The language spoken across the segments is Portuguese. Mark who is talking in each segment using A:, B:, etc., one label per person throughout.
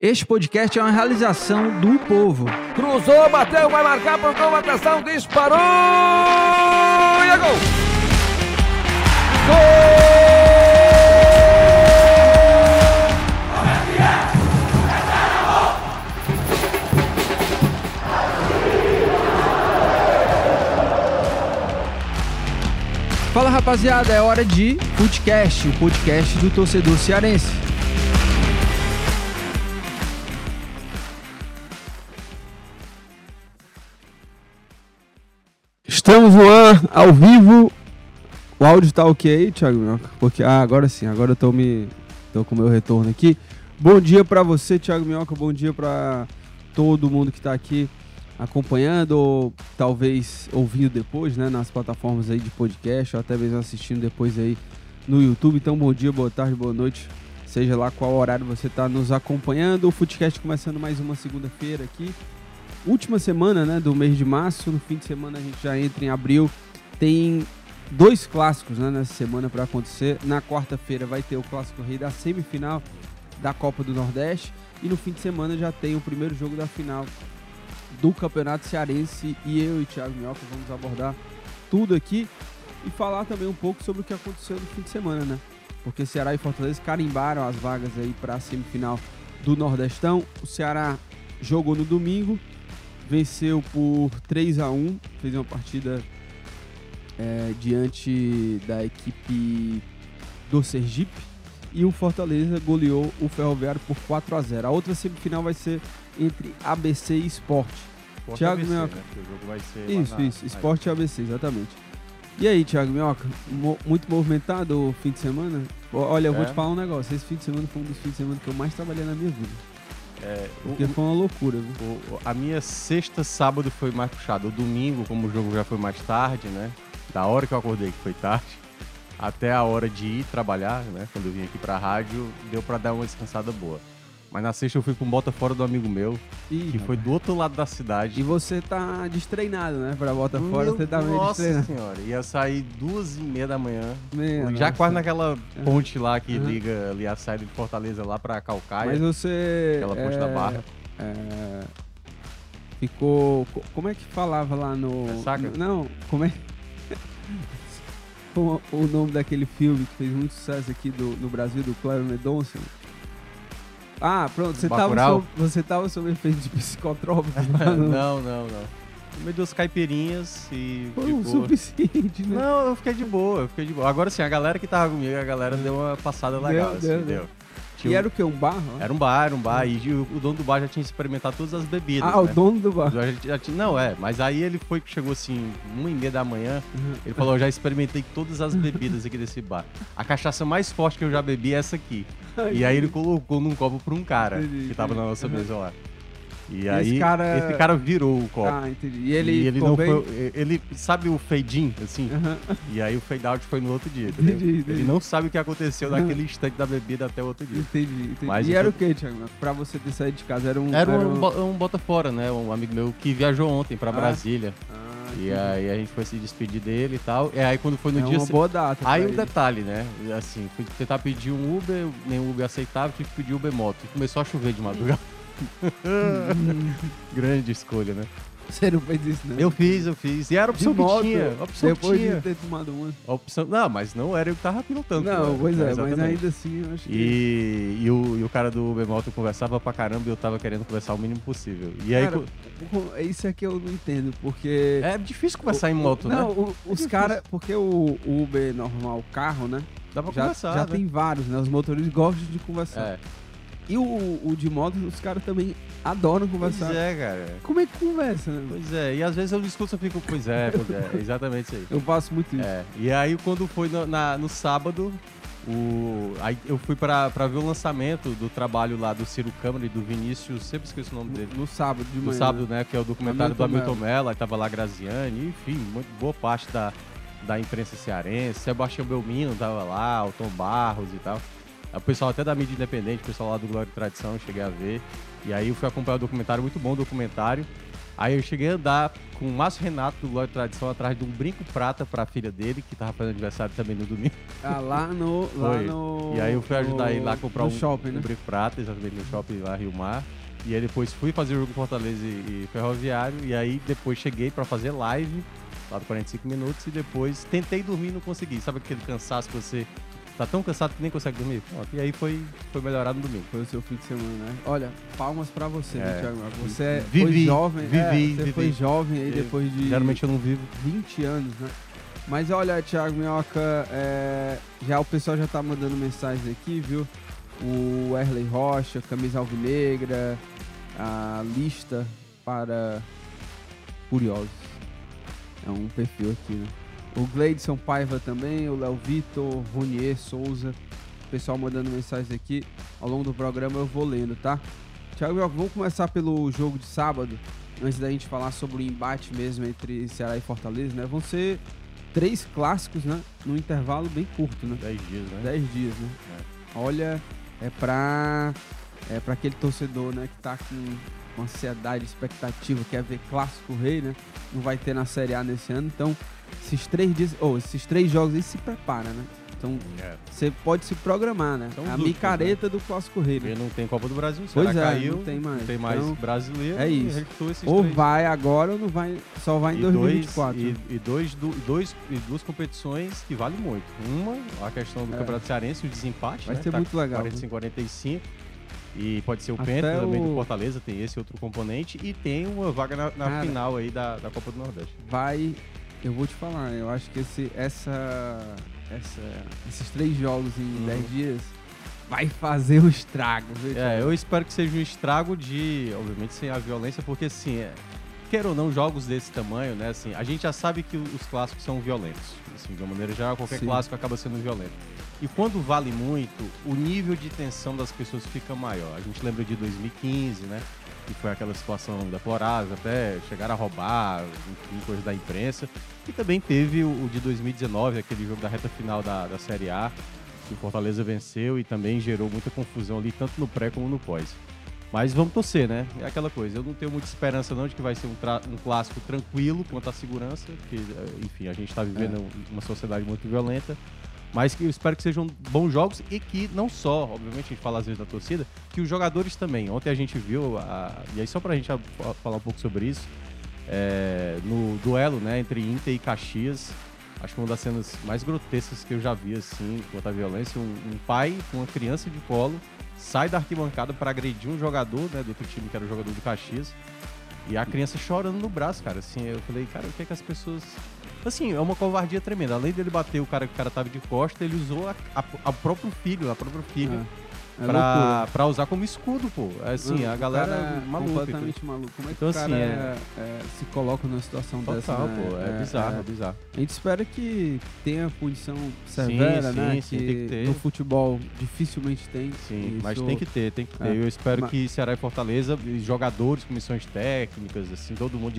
A: Este podcast é uma realização do povo.
B: Cruzou, bateu, vai marcar, procurou, atenção, disparou e é gol! Gol!
A: Fala rapaziada, é hora de Futecast, o podcast do torcedor cearense. Estamos no ar, ao vivo. O áudio tá ok, Thiago Minhoca? Porque, agora sim, agora eu tô com o meu retorno aqui. Bom dia pra você, Thiago Minhoca, bom dia pra todo mundo que tá aqui acompanhando ou talvez ouvindo depois, né, nas plataformas aí de podcast ou até mesmo assistindo depois aí no YouTube. Então, bom dia, boa tarde, boa noite, seja lá qual horário você tá nos acompanhando. O Futecast começando mais uma segunda-feira aqui. Última semana, né, do mês de março. No fim de semana a gente já entra em abril. Tem dois clássicos, né, nessa semana para acontecer. Na quarta-feira vai ter o Clássico Rei da semifinal da Copa do Nordeste. E no fim de semana já tem o primeiro jogo da final do Campeonato Cearense. E eu e Thiago Minhoca vamos abordar tudo aqui e falar também um pouco sobre o que aconteceu no fim de semana, né? Porque Ceará e Fortaleza carimbaram as vagas aí para a semifinal do Nordestão. O Ceará jogou no domingo, venceu por 3-1, fez uma partida diante da equipe do Sergipe, e o Fortaleza goleou o Ferroviário por 4-0. A outra semifinal vai ser entre ABC e Sport. Thiago
C: ABC,
A: Minhoca.
C: né? O jogo vai ser
A: Isso, Sport e ABC, exatamente. E aí, Thiago Minhoca, muito movimentado o fim de semana? Olha, eu vou te falar um negócio, esse fim de semana foi um dos fins de semana que eu mais trabalhei na minha vida. Porque foi uma loucura, viu?
C: A minha sexta, sábado foi mais puxado. O domingo, como o jogo já foi mais tarde, né? Da hora que eu acordei, que foi tarde, até a hora de ir trabalhar, né? Quando eu vim aqui pra rádio, deu pra dar uma descansada boa. Mas na sexta eu fui pra um bota fora do amigo meu, que foi do outro lado da cidade.
A: E você tá destreinado, né? Pra bota fora, você tá meio
C: Nossa
A: destreinado.
C: senhora, ia sair 2h30 da manhã.
A: Já
C: Quase naquela ponte lá que liga ali a saída de Fortaleza lá pra Calcaia.
A: Mas você...
C: Aquela ponte da Barra.
A: Ficou... Como é que falava lá no...
C: Saca?
A: Não, como é... o nome daquele filme que fez muito sucesso aqui no Brasil, do Cléber Mendonça. Pronto, você tava sob efeito de psicotrópicos.
C: Não. No meio das caipirinhas e...
A: Foi o suficiente, né?
C: Não, eu fiquei de boa. Agora sim, a galera que tava comigo, a galera deu uma passada legal, deu.
A: E era o quê? Um bar?
C: Era um bar. E o dono do bar já tinha experimentado todas as bebidas.
A: O dono do bar.
C: Mas aí ele chegou assim, 1h30 da manhã, ele falou, eu já experimentei todas as bebidas aqui desse bar. A cachaça mais forte que eu já bebi é essa aqui. E aí ele colocou num copo pra um cara que tava na nossa mesa lá. E aí esse cara virou o copo.
A: Entendi.
C: E ele não foi, ele sabe o fade-in, assim? E aí o fade-out foi no outro dia,
A: entendi.
C: Ele não sabe o que aconteceu naquele instante da bebida até o outro dia.
A: Entendi. Mas era o que, Thiago? Pra você ter saído de casa, era
C: um bota fora, né? Um amigo meu que viajou ontem pra Brasília. E aí a gente foi se despedir dele e tal. E aí quando foi no dia...
A: uma boa data.
C: Aí o detalhe, né? Assim, fui tentar pedir um Uber, nenhum Uber aceitava, tive que pedir Uber Moto. E começou a chover de madrugada. Grande escolha, né?
A: Você não fez isso, né?
C: Eu fiz. E era a opção que tinha.
A: Depois de ter tomado uma.
C: Não, mas não era eu que tava pilotando.
A: Não, pois é, mas ainda assim eu acho que...
C: E o cara do Uber Moto conversava pra caramba e eu tava querendo conversar o mínimo possível. E aí...
A: Cara, isso é que eu não entendo, porque...
C: É difícil conversar em moto, né?
A: Não, os caras... Porque o Uber normal, o carro, né?
C: Dá pra conversar,
A: já
C: né?
A: tem vários, né? Os motoristas gostam de conversar. E o de moto, os caras também adoram conversar.
C: Pois é, cara.
A: Como é que conversa, né?
C: Pois é, e às vezes eu discuto e fico, pois é, exatamente isso aí.
A: Eu faço muito isso.
C: E aí quando foi no sábado, aí eu fui pra ver o lançamento do trabalho lá do Ciro Câmara e do Vinícius, sempre esqueço o nome dele.
A: No sábado de manhã.
C: No sábado, né, que é o documentário do Hamilton Mello, aí tava lá a Graziani, enfim, muito boa parte da imprensa cearense, Sebastião Belmino tava lá, o Tom Barros e tal. O pessoal até da mídia independente, o pessoal lá do Glória e Tradição, eu cheguei a ver. E aí eu fui acompanhar o documentário, muito bom o documentário. Aí eu cheguei a andar com o Márcio Renato do Glória e Tradição atrás de um brinco prata pra filha dele, que tava fazendo aniversário também no domingo.
A: Lá no...
C: E aí eu fui ajudar ele lá a comprar
A: shopping,
C: um
A: né?
C: brinco prata, exatamente no shopping lá, Rio Mar. E aí depois fui fazer o jogo Fortaleza e Ferroviário. E aí depois cheguei pra fazer live, lá do 45 minutos. E depois tentei dormir e não consegui. Sabe aquele cansaço que você tá tão cansado que nem consegue dormir? Pronto, e aí foi melhorado no domingo.
A: Foi o seu fim de semana, né? Olha, palmas pra você, né, Thiago? Você
C: Vivi,
A: foi jovem.
C: vivi.
A: Você foi jovem aí depois de...
C: Geralmente eu não vivo.
A: 20 anos, né? Mas olha, Thiago Minhoca, já o pessoal já tá mandando mensagens aqui, viu? O Erley Rocha, camisa alvinegra, a lista para curiosos. É um perfil aqui, né? O Gleidson Paiva também, o Léo Vitor, Ronier Souza. O pessoal mandando mensagens aqui. Ao longo do programa eu vou lendo, tá? Thiago Minhoca, vamos começar pelo jogo de sábado. Antes da gente falar sobre o embate mesmo entre Ceará e Fortaleza, né? Vão ser 3 clássicos, né? Num intervalo bem curto, né?
C: 10 dias, né?
A: 10 dias, né? Olha, é pra aquele torcedor, né? Que tá com ansiedade, expectativa, quer ver clássico rei, né? Não vai ter na Série A nesse ano, então esses 3 jogos aí se prepara, né? Então você pode se programar, né?
C: São
A: a
C: duplos,
A: micareta do clássico rei, né?
C: Porque não tem Copa do Brasil, o
A: Pois
C: Ceará caiu,
A: não tem mais.
C: Então, brasileiro.
A: é isso.
C: E restou esses
A: Ou
C: 3.
A: vai agora ou não vai, só vai em 2024.
C: E duas competições que valem muito. Uma, a questão do Campeonato Cearense, o desempate,
A: Vai
C: né?
A: ser muito legal.
C: 45-45. E pode ser o
A: Até
C: Penta também
A: o-
C: do Fortaleza, tem esse outro componente. E tem uma vaga na
A: Cara,
C: final aí da Copa do Nordeste.
A: Eu vou te falar, eu acho que esses 3 jogos em 10 dias vai fazer um estrago, viu?
C: Eu espero que seja um estrago obviamente, sem a violência, porque assim, quer ou não, jogos desse tamanho, né, assim, a gente já sabe que os clássicos são violentos, assim, de uma maneira geral, qualquer
A: Sim.
C: clássico acaba sendo violento. E quando vale muito, o nível de tensão das pessoas fica maior. A gente lembra de 2015, né, que foi aquela situação deplorável, até chegar a roubar, enfim, coisa da imprensa. E também teve o de 2019, aquele jogo da reta final da Série A, que o Fortaleza venceu e também gerou muita confusão ali, tanto no pré como no pós. Mas vamos torcer, né? É aquela coisa. Eu não tenho muita esperança não de que vai ser um clássico tranquilo quanto à segurança, porque, enfim, a gente está vivendo uma sociedade muito violenta. Mas que eu espero que sejam bons jogos e que não só, obviamente, a gente fala às vezes da torcida, que os jogadores também. Ontem a gente viu, e aí só pra gente falar um pouco sobre isso, no duelo, né, entre Inter e Caxias, acho que uma das cenas mais grotescas que eu já vi, assim, quanto à violência, um pai com uma criança de colo sai da arquibancada para agredir um jogador, né, do outro time, que era o jogador do Caxias, e a criança chorando no braço, cara, assim, eu falei, cara, o que é que as pessoas... Assim, é uma covardia tremenda. Além dele bater o cara que o cara tava de costa, ele usou a próprio filho, a própria filha, pra usar como escudo, pô. Assim, a galera maluca.
A: Completamente maluco. Como é que
C: Então,
A: o cara
C: assim,
A: se coloca numa situação
C: Total,
A: dessa, né?
C: pô. É bizarro, bizarro.
A: A gente espera que tenha punição severa, né?
C: Sim, tem que ter.
A: No futebol dificilmente tem.
C: Sim,
A: Isso,
C: mas tem que ter. Eu espero que Ceará e Fortaleza, jogadores, comissões técnicas, assim, todo mundo,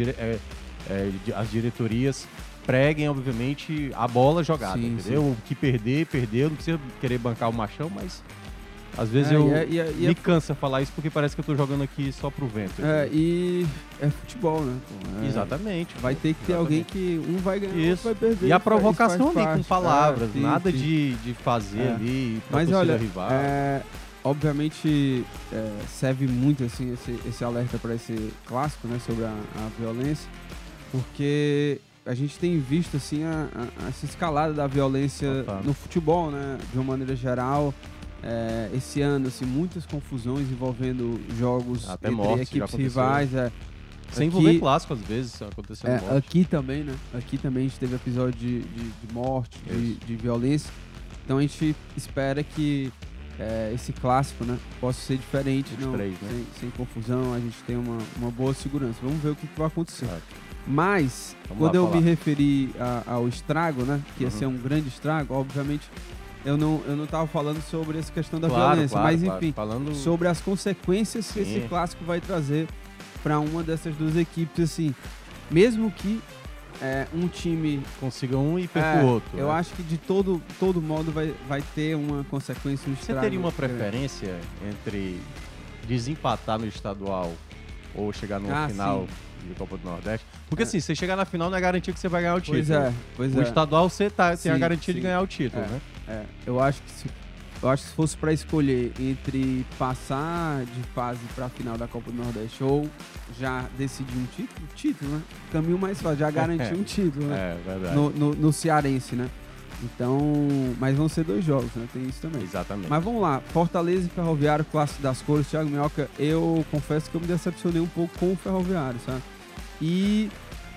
C: as diretorias, preguem, obviamente, a bola jogada, entendeu? O que perdeu, não precisa querer bancar o machão, mas às vezes me cansa falar isso porque parece que eu tô jogando aqui só pro vento.
A: E é futebol, né?
C: Exatamente.
A: Vai ter que ter alguém que um vai ganhar, outro vai perder.
C: E a provocação ali
A: parte,
C: com palavras,
A: sim,
C: nada
A: sim.
C: de fazer ali pra
A: mas
C: torcida
A: olha,
C: rival.
A: Obviamente serve muito assim, esse alerta para esse clássico, né, sobre a violência, porque a gente tem visto assim essa escalada da violência no futebol, né, de uma maneira geral. Esse ano, assim, muitas confusões envolvendo jogos
C: até
A: entre
C: morte,
A: equipes rivais.
C: Sem envolver clássico, às vezes, acontecendo morte.
A: Aqui também, né? Aqui também a gente teve episódio de morte, de violência. Então a gente espera que esse clássico, né, possa ser diferente, sem confusão, a gente tem uma boa segurança. Vamos ver o que vai acontecer. Mas, quando eu me referi ao estrago, né, que ia ser um grande estrago, obviamente, eu não tava falando sobre essa questão da violência, mas enfim,
C: falando
A: sobre as consequências que esse clássico vai trazer para uma dessas duas equipes, assim, mesmo que um time
C: consiga um e perca o outro.
A: Eu acho que de todo modo vai ter uma consequência, um estrago.
C: Você teria uma preferência entre desempatar no estadual ou chegar no
A: Ah,
C: final de Copa do Nordeste. Porque assim, você chegar na final não é garantia que você vai ganhar o título.
A: Pois
C: O
A: é.
C: estadual você tem a
A: Sim,
C: garantia de
A: sim.
C: ganhar o título, né?
A: Eu acho que se fosse pra escolher entre passar de fase pra final da Copa do Nordeste ou já decidir um título, né? Caminho mais fácil, já garantir um título, né?
C: É, verdade.
A: No cearense, né? Então, mas vão ser 2 jogos, né? Tem isso também.
C: Exatamente.
A: Mas vamos lá, Fortaleza e Ferroviário, Clássico das Cores, Thiago Minhoca, eu confesso que eu me decepcionei um pouco com o Ferroviário, sabe? E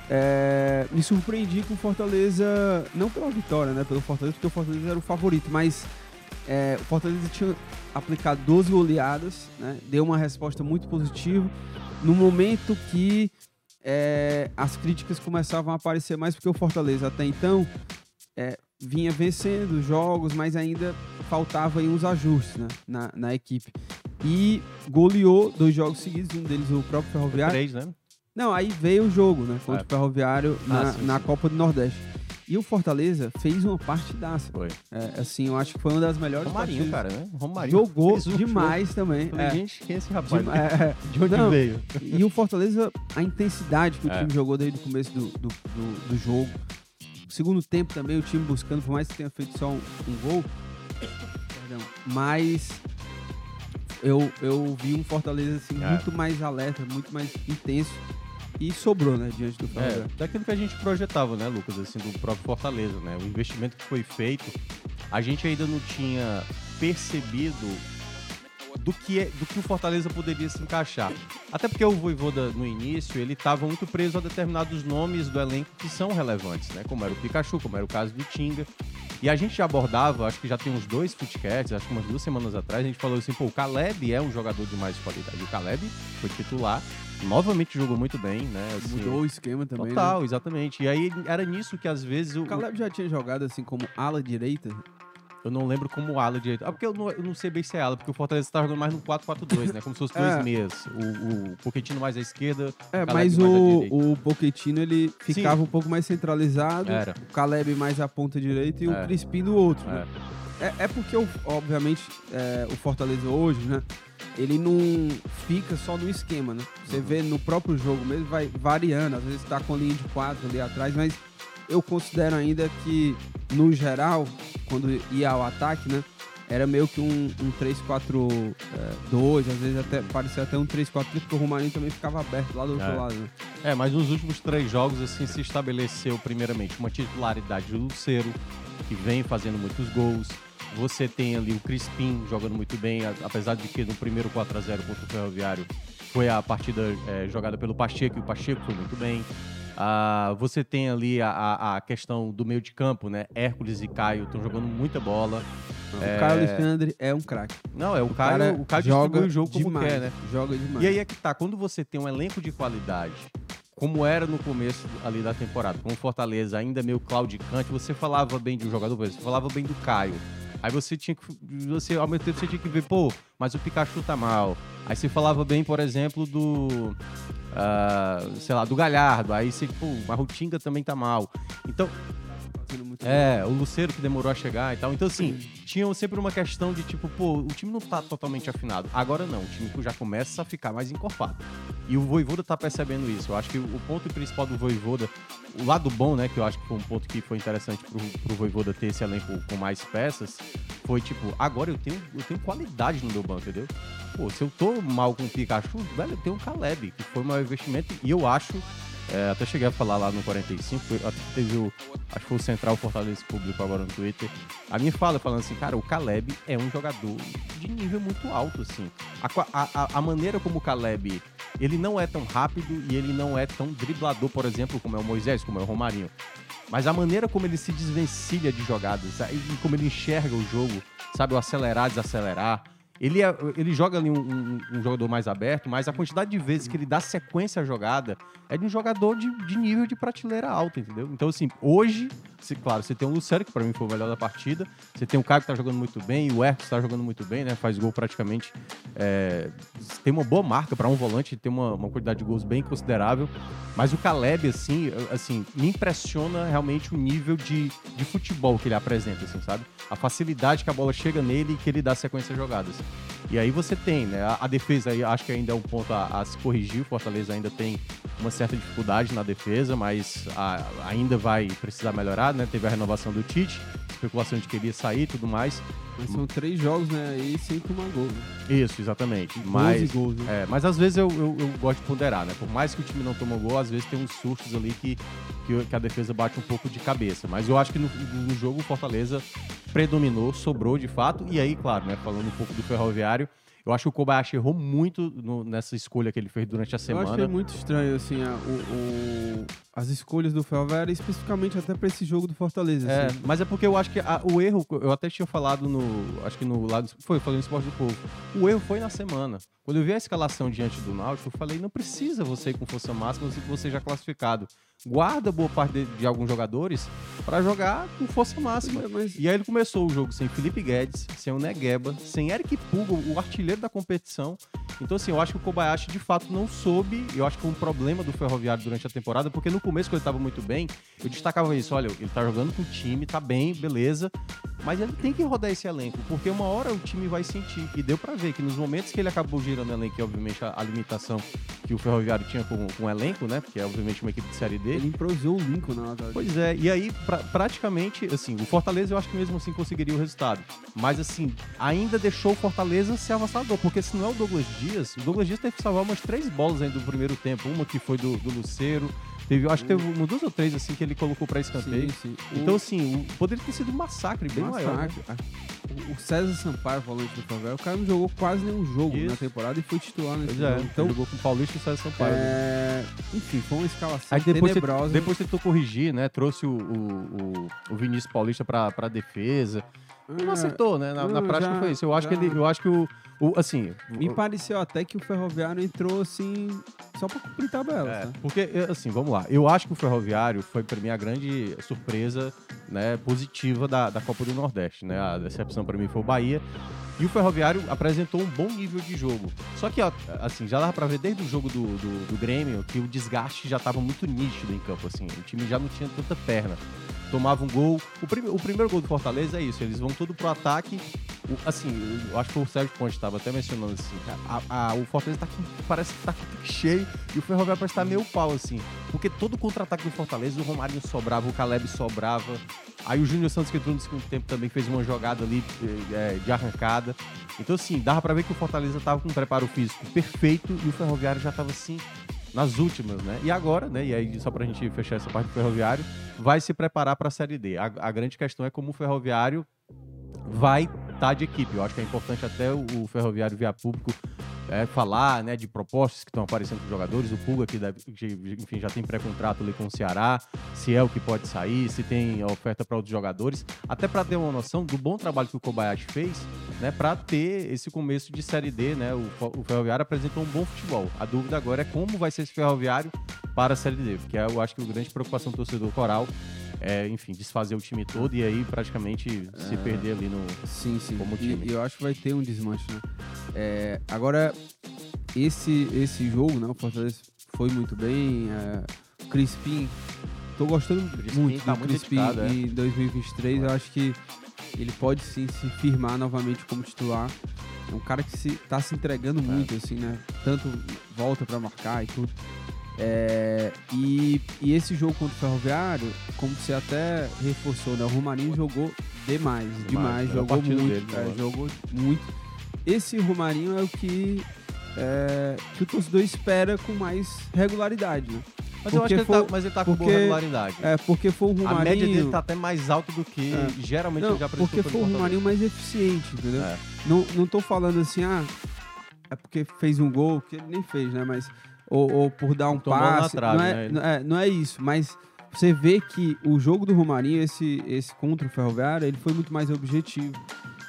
A: me surpreendi com o Fortaleza, não pela vitória, né? Pelo Fortaleza, porque o Fortaleza era o favorito, mas o Fortaleza tinha aplicado 12 goleadas, né? Deu uma resposta muito positiva, no momento que as críticas começavam a aparecer mais, porque o Fortaleza até então vinha vencendo jogos, mas ainda faltava aí uns ajustes, né, na equipe. E goleou 2 jogos seguidos, um deles o próprio Ferroviário.
C: 3, né?
A: Não, aí veio o jogo, né, contra o Ferroviário na Copa do Nordeste. E o Fortaleza fez uma partidaça.
C: Foi.
A: Assim, eu acho que foi uma das melhores
C: Romarinho,
A: partidas.
C: cara, né? Romarinho
A: Jogou
C: fez um
A: demais
C: jogo.
A: também.
C: Falei, gente, quem é esse rapaz? De onde
A: Não,
C: veio?
A: E o Fortaleza, a intensidade que o time jogou desde o começo do jogo. Segundo tempo também, o time buscando, por mais que tenha feito só um gol. Perdão, mas eu vi um Fortaleza assim, muito mais alerta, muito mais intenso. E sobrou, né, diante do Ferroviário.
C: Daquilo que a gente projetava, né, Lucas, assim, do próprio Fortaleza, né? O investimento que foi feito, a gente ainda não tinha percebido do que o Fortaleza poderia se encaixar. Até porque o Vojvoda, no início, ele estava muito preso a determinados nomes do elenco que são relevantes, né? Como era o Pikachu, como era o caso do Tinga. E a gente já abordava, acho que já tem uns 2 footcasts, acho que umas 2 semanas atrás, a gente falou assim, pô, o Caleb é um jogador de mais qualidade. O Caleb foi titular, novamente jogou muito bem, né? Assim,
A: mudou o esquema também,
C: total,
A: né?
C: exatamente. E aí era nisso que às vezes
A: O Caleb já tinha jogado assim como ala direita.
C: Eu não lembro como ala direito. Porque eu não sei bem se é ala, porque o Fortaleza tá jogando mais no 4-4-2, né? Como se fosse 2 meias. O Pochettino mais à esquerda.
A: Mas o Pochettino, ele ficava um pouco mais centralizado.
C: Era.
A: O Caleb mais à ponta direita e o Crispim do outro. Né? Porque, obviamente, o Fortaleza hoje, né? Ele não fica só no esquema, né? Você vê no próprio jogo mesmo, vai variando. Às vezes tá com a linha de 4 ali atrás, mas eu considero ainda que, no geral, quando ia ao ataque, né, era meio que um 3-4-2, às vezes até parecia até um 3-4-3, porque o Romarinho também ficava aberto lá do outro lado, né?
C: Mas nos últimos 3 jogos, assim, se estabeleceu, primeiramente, uma titularidade do Lucero, que vem fazendo muitos gols. Você tem ali o Crispim jogando muito bem, apesar de que no primeiro 4-0 contra o Ferroviário foi a partida jogada pelo Pacheco, e o Pacheco foi muito bem. Você tem ali a questão do meio de campo, né? Hércules e Caio estão jogando muita bola.
A: O Caio Alexandre é um craque.
C: Não, o Caio distribui o jogo como quer, né?
A: Joga demais.
C: E aí é que tá, quando você tem um elenco de qualidade, como era no começo ali da temporada, com o Fortaleza ainda meio claudicante, você falava bem de um jogador, você falava bem do Caio. Aí ao mesmo tempo você tinha que ver, pô, mas o Pikachu tá mal. Aí você falava bem, por exemplo, do Galhardo. Aí você, pô, mas o Tinga também tá mal. Então, o Lucero que demorou a chegar e tal. Então, assim, tinha sempre uma questão de tipo, pô, o time não tá totalmente afinado. Agora não, o time já começa a ficar mais encorpado. E o Vojvoda tá percebendo isso. Eu acho que o ponto principal do Vojvoda, o lado bom, né, que eu acho que foi um ponto que foi interessante pro Vojvoda ter esse elenco com mais peças, foi tipo, agora eu tenho qualidade no meu banco, entendeu? Pô, se eu tô mal com o Pikachu, velho, eu tenho um Caleb, que foi o maior investimento, e eu acho, até cheguei a falar lá no 45, até teve acho que foi o Central Fortaleza Público agora no Twitter, a minha fala falando assim, cara, o Caleb é um jogador de nível muito alto, assim. A maneira como o Caleb, ele não é tão rápido e ele não é tão driblador, por exemplo, como é o Moisés, como é o Romarinho. Mas a maneira como ele se desvencilha de jogadas, e como ele enxerga o jogo, sabe, o acelerar, desacelerar. Ele joga ali um jogador mais aberto, mas a quantidade de vezes que ele dá sequência à jogada é de um jogador de nível de prateleira alta, entendeu? Então, assim, hoje Claro, você tem o Lucero, que pra mim foi o melhor da partida. Você tem o Caio, que tá jogando muito bem. E o Hertz tá jogando muito bem, né? Faz gol praticamente. Tem uma boa marca pra um volante. Tem uma quantidade de gols bem considerável. Mas o Caleb, assim, me impressiona realmente o nível de futebol que ele apresenta, assim, sabe? A facilidade que a bola chega nele e que ele dá sequência de jogadas. E aí você tem, né? A defesa aí, acho que ainda é um ponto a se corrigir. O Fortaleza ainda tem uma certa dificuldade na defesa, mas ainda vai precisar melhorar, né? Teve a renovação do Tite, especulação de que ele ia sair e tudo mais.
A: Mas são 3 jogos, né? Aí sem tomar gol. Né?
C: Isso, exatamente.
A: Gols, né?
C: Mas às vezes eu gosto de ponderar, né? Por mais que o time não tome gol, às vezes tem uns surtos ali que a defesa bate um pouco de cabeça. Mas eu acho que no jogo o Fortaleza predominou, sobrou de fato. E aí, claro, né? Falando um pouco do Ferroviário, eu acho que o Kobayashi errou muito nessa escolha que ele fez durante a semana.
A: Eu achei muito estranho, assim, as escolhas do Ferroviário, especificamente até pra esse jogo do Fortaleza. Assim.
C: Mas é porque eu acho que o erro, eu até tinha falado acho que no lado, falando no Esporte do Povo, o erro foi na semana. Quando eu vi a escalação diante do Náutico, eu falei, não precisa você ir com força máxima se você já classificado. Guarda boa parte de alguns jogadores pra jogar com força máxima. E aí ele começou o jogo sem Felipe Guedes, sem o Negueba, sem Eric Puga, o artilheiro da competição. Então, assim, eu acho que o Kobayashi, de fato, não soube. Eu acho que foi um problema do Ferroviário durante a temporada, porque no começo, quando ele tava muito bem, eu destacava isso. Olha, ele tá jogando com o time, tá bem, beleza. Mas ele tem que rodar esse elenco, porque uma hora o time vai sentir. E deu pra ver que nos momentos que ele acabou girando o elenco, e obviamente a limitação que o Ferroviário tinha com o elenco, né? Porque é obviamente uma equipe de Série D.
A: Ele improvisou o Lincoln na lateral.
C: Pois é, e aí praticamente, assim, o Fortaleza eu acho que mesmo assim conseguiria o resultado. Mas assim, ainda deixou o Fortaleza ser avassalador, porque se não é o Douglas Dias teve que salvar umas 3 bolas ainda do primeiro tempo. Uma que foi do Lucero. Acho que teve uma 2 ou 3 assim que ele colocou pra escanteio.
A: Sim.
C: Então, assim, poderia ter sido um massacre bem maior. Né?
A: O César Sampaio, volante do Ferroviário, o cara não jogou quase nenhum jogo na temporada e foi titular nesse jogo.
C: Então jogou com o Paulista e o César Sampaio.
A: Enfim, foi uma escalação
C: aí
A: tenebrosa.
C: Depois tentou corrigir, né? Trouxe o Vinícius Paulista pra defesa. E não acertou, né? Na prática foi isso. Eu acho que assim...
A: Me pareceu até que o Ferroviário entrou, assim, só pra cumprir tabela. Tá?
C: Porque, assim, vamos lá. Eu acho que o Ferroviário foi, pra mim, a grande surpresa, né, positiva da Copa do Nordeste, né? A decepção pra mim foi o Bahia. E o Ferroviário apresentou um bom nível de jogo. Só que, assim, já dava pra ver desde o jogo do Grêmio que o desgaste já tava muito nítido em campo, assim. O time já não tinha tanta perna. Tomava um gol. O primeiro gol do Fortaleza é isso. Eles vão todo pro ataque. Assim, eu acho que o Sérgio Ponte estava até mencionando assim, o Fortaleza parece que tá com o pique cheio e o Ferroviário parece estar meio pau, assim. Porque todo contra-ataque do Fortaleza, o Romarinho sobrava, o Caleb sobrava. Aí o Júnior Santos, que entrou no segundo tempo, também fez uma jogada ali de arrancada. Então, assim, dava pra ver que o Fortaleza tava com um preparo físico perfeito e o Ferroviário já tava, assim, nas últimas, né? E agora, né? E aí, só pra gente fechar essa parte do Ferroviário, vai se preparar pra Série D. A grande questão é como o Ferroviário vai estar de equipe. Eu acho que é importante até o Ferroviário via público falar, né, de propostas que estão aparecendo com os jogadores. O Puga, que enfim, já tem pré-contrato ali com o Ceará, se é o que pode sair, se tem oferta para outros jogadores, até para ter uma noção do bom trabalho que o Kobayashi fez, né, para ter esse começo de Série D, né, o Ferroviário apresentou um bom futebol. A dúvida agora é como vai ser esse Ferroviário para a Série D, porque eu acho que a grande preocupação do torcedor coral enfim, desfazer o time todo e aí praticamente se perder ali no como time.
A: E eu acho que vai ter um desmanche, né? Agora, esse jogo, né? O Fortaleza foi muito bem. O Crispim, tô gostando muito do Crispim em 2023. Eu acho que ele pode sim se firmar novamente como titular. É um cara que tá se entregando muito, assim, né? Tanto volta pra marcar e tudo. E esse jogo contra o Ferroviário, como você até reforçou, né? O Romarinho jogou demais, jogou muito, jogou muito. Esse Romarinho é o que o torcedor espera com mais regularidade, né?
C: Mas eu acho que ele tá com boa regularidade.
A: Porque foi o Romarinho...
C: A média dele tá até mais alta do que geralmente ele já apresentou.
A: Porque foi o Romarinho mais eficiente, entendeu? Não tô falando assim, é porque fez um gol, que ele nem fez, né? Mas... Ou por dar um passe, trave, não é isso, mas você vê que o jogo do Romarinho, esse contra o Ferroviário, ele foi muito mais objetivo,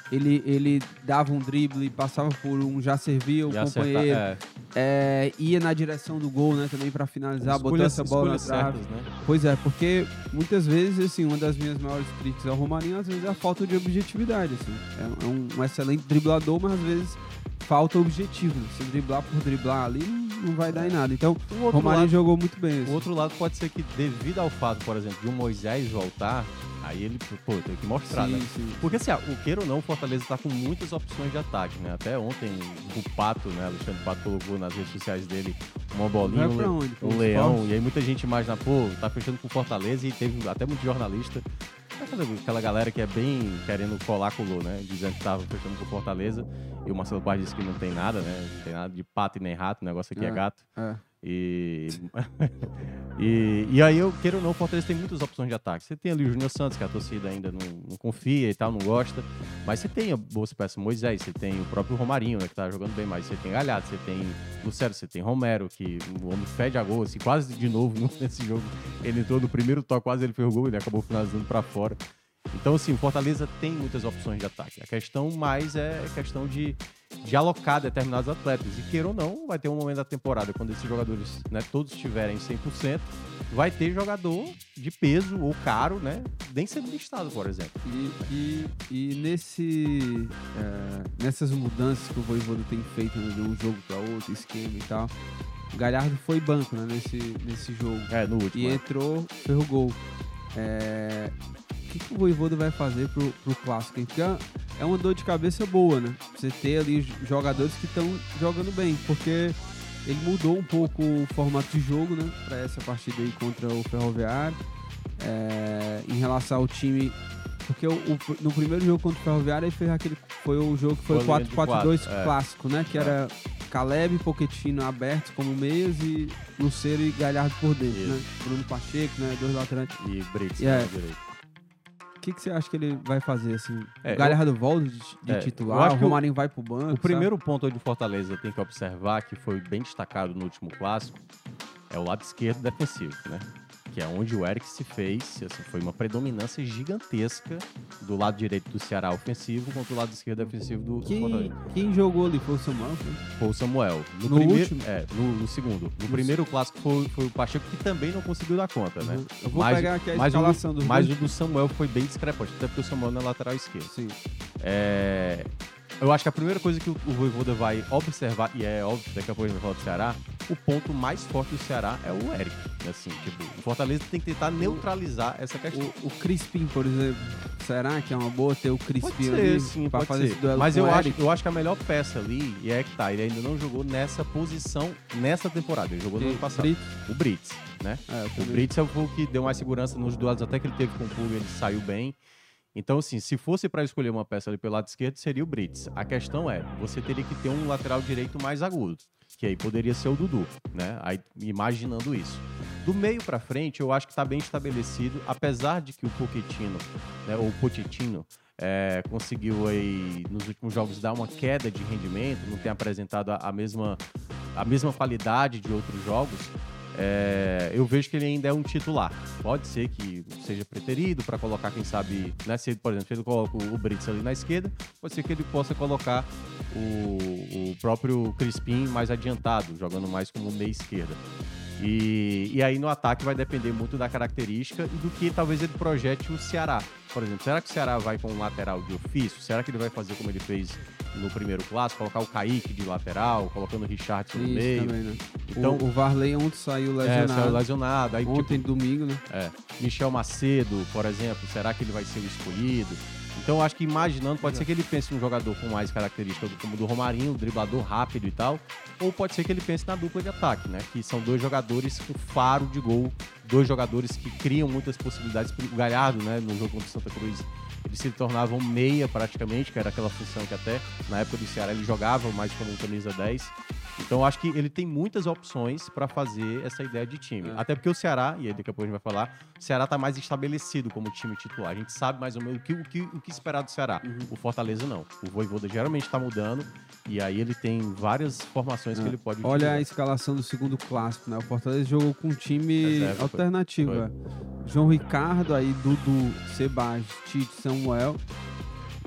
A: ele dava um drible, passava por um, já servia o companheiro, ia na direção do gol, né, também pra finalizar, botou essa bola na trave.
C: Né?
A: Pois é, porque muitas vezes, assim, uma das minhas maiores críticas ao Romarinho, às vezes, é a falta de objetividade, assim. É um excelente driblador, mas às vezes falta objetivo. Se driblar por driblar ali, não vai dar em nada. Então, o Romarinho jogou muito bem. Assim.
C: O outro lado pode ser que, devido ao fato, por exemplo, de o Moisés voltar, aí ele, tem que mostrar,
A: sim,
C: né?
A: Sim.
C: Porque, assim, o queira ou não, o Fortaleza tá com muitas opções de ataque, né? Até ontem, o Pato, né? Alexandre Pato colocou nas redes sociais dele uma bolinha, um leão. E aí muita gente imagina, tá fechando com o Fortaleza, e teve até muito jornalista, aquela galera que é bem querendo colar, colou, né? Dizendo que tava fechando com o Fortaleza. E o Marcelo Paz disse que não tem nada, né? Não tem nada de pato e nem rato, o negócio aqui é gato. E aí, eu queiro ou não, o Fortaleza tem muitas opções de ataque. Você tem ali o Júnior Santos, que a torcida ainda não confia e tal, não gosta. Mas você tem boas peças, Moisés, você tem o próprio Romarinho, né, que tá jogando bem mais. Você tem Galhardo, você tem Lucero, você tem Romero, que o homem fede a gol, assim, quase de novo nesse jogo. Ele entrou no primeiro toque, quase ele fez o gol, ele acabou finalizando pra fora. Então, assim, o Fortaleza tem muitas opções de ataque. A questão mais é a questão de alocar determinados atletas. E queira ou não, vai ter um momento da temporada, quando esses jogadores, né, todos estiverem 100%, vai ter jogador de peso ou caro, né, nem sendo listado, por exemplo.
A: E nessas mudanças que o Vojvoda tem feito, né, de um jogo para outro, esquema e tal, o Galhardo foi banco, né, nesse jogo.
C: No último.
A: E entrou, fez o gol. O que o Vojvoda vai fazer pro Clássico? Porque é uma dor de cabeça boa, né? Você ter ali jogadores que estão jogando bem, porque ele mudou um pouco o formato de jogo, né? Para essa partida aí contra o Ferroviário. Em relação ao time... Porque no primeiro jogo contra o Ferroviário, ele fez foi o jogo que foi o 4-4-2 clássico, né? Que era Caleb e Pochettino abertos como meias e Lucero e Galhardo por dentro, né? Bruno Pacheco, né? 2 laterais.
C: E Brits, direito.
A: O que você acha que ele vai fazer, assim? O Galhardo volta de titular, o Romarinho vai pro banco,
C: o primeiro ponto aí do Fortaleza tem que observar, que foi bem destacado no último clássico, é o lado esquerdo defensivo, né? Que é onde o Eric se fez, assim, foi uma predominância gigantesca do lado direito do Ceará ofensivo contra o lado esquerdo defensivo do Fortaleza.
A: Quem jogou ali foi o Samuel?
C: Foi o Samuel.
A: No último?
C: No segundo. No primeiro clássico foi o Pacheco, que também não conseguiu dar conta, né?
A: Eu vou pegar aqui a escalação dos
C: Mas o do Samuel foi bem discrepante, até porque o Samuel na lateral esquerda.
A: Sim.
C: Eu acho que a primeira coisa que o Vojvoda vai observar, e é óbvio, daqui a pouco a gente vai falar do Ceará, o ponto mais forte do Ceará é o Eric. Assim, tipo, o Fortaleza tem que tentar neutralizar essa questão.
A: O Crispim, por exemplo, será que é uma boa ter o Crispim ali
C: pra
A: fazer esse duelo?
C: Mas eu acho que a melhor peça ali, e é que tá, ele ainda não jogou nessa posição nessa temporada, ele jogou no ano passado. O Brits, né? O Brits foi o que deu mais segurança nos duelos, até que ele teve com o Pulga, ele saiu bem. Então, assim, se fosse para escolher uma peça ali pelo lado esquerdo, seria o Brits. A questão é, você teria que ter um lateral direito mais agudo, que aí poderia ser o Dudu, né? Aí, imaginando isso. Do meio para frente, eu acho que está bem estabelecido, apesar de que o Pochettino, né, ou Pochettino, conseguiu aí, nos últimos jogos dar uma queda de rendimento, não tem apresentado a mesma qualidade de outros jogos. Eu vejo que ele ainda é um titular. Pode ser que seja preterido para colocar, quem sabe, né? Se, por exemplo, se ele coloca o Brits ali na esquerda, pode ser que ele possa colocar o próprio Crispim mais adiantado, jogando mais como meia esquerda. E aí no ataque vai depender muito da característica e do que talvez ele projete o Ceará. Por exemplo, será que o Ceará vai com um lateral de ofício? Será que ele vai fazer como ele fez no primeiro clássico, colocar o Kaique de lateral, colocando o Richardson no meio? Também, né? Então,
A: o Varley ontem saiu lesionado.
C: Saiu lesionado. Aí,
A: ontem, domingo, né?
C: Michel Macedo, por exemplo, será que ele vai ser o escolhido? Então, acho que imaginando, pode ser que ele pense num jogador com mais características como o do Romarinho, driblador rápido e tal, ou pode ser que ele pense na dupla de ataque, né? Que são dois jogadores com faro de gol, dois jogadores que criam muitas possibilidades. O Galhardo, né, no jogo contra o Santa Cruz, ele se tornava um meia praticamente, que era aquela função que até na época do Ceará ele jogava mais como um camisa 10. Então, acho que ele tem muitas opções para fazer essa ideia de time. Até porque o Ceará, e aí daqui a pouco a gente vai falar, o Ceará tá mais estabelecido como time titular. A gente sabe mais ou menos o que esperar do Ceará. O Fortaleza não. O Vojvoda geralmente tá mudando e aí ele tem várias formações que ele pode utilizar.
A: Olha a escalação do segundo clássico, né? O Fortaleza jogou com um time alternativo. João Ricardo, aí Dudu, Sebas, Tite, Samuel.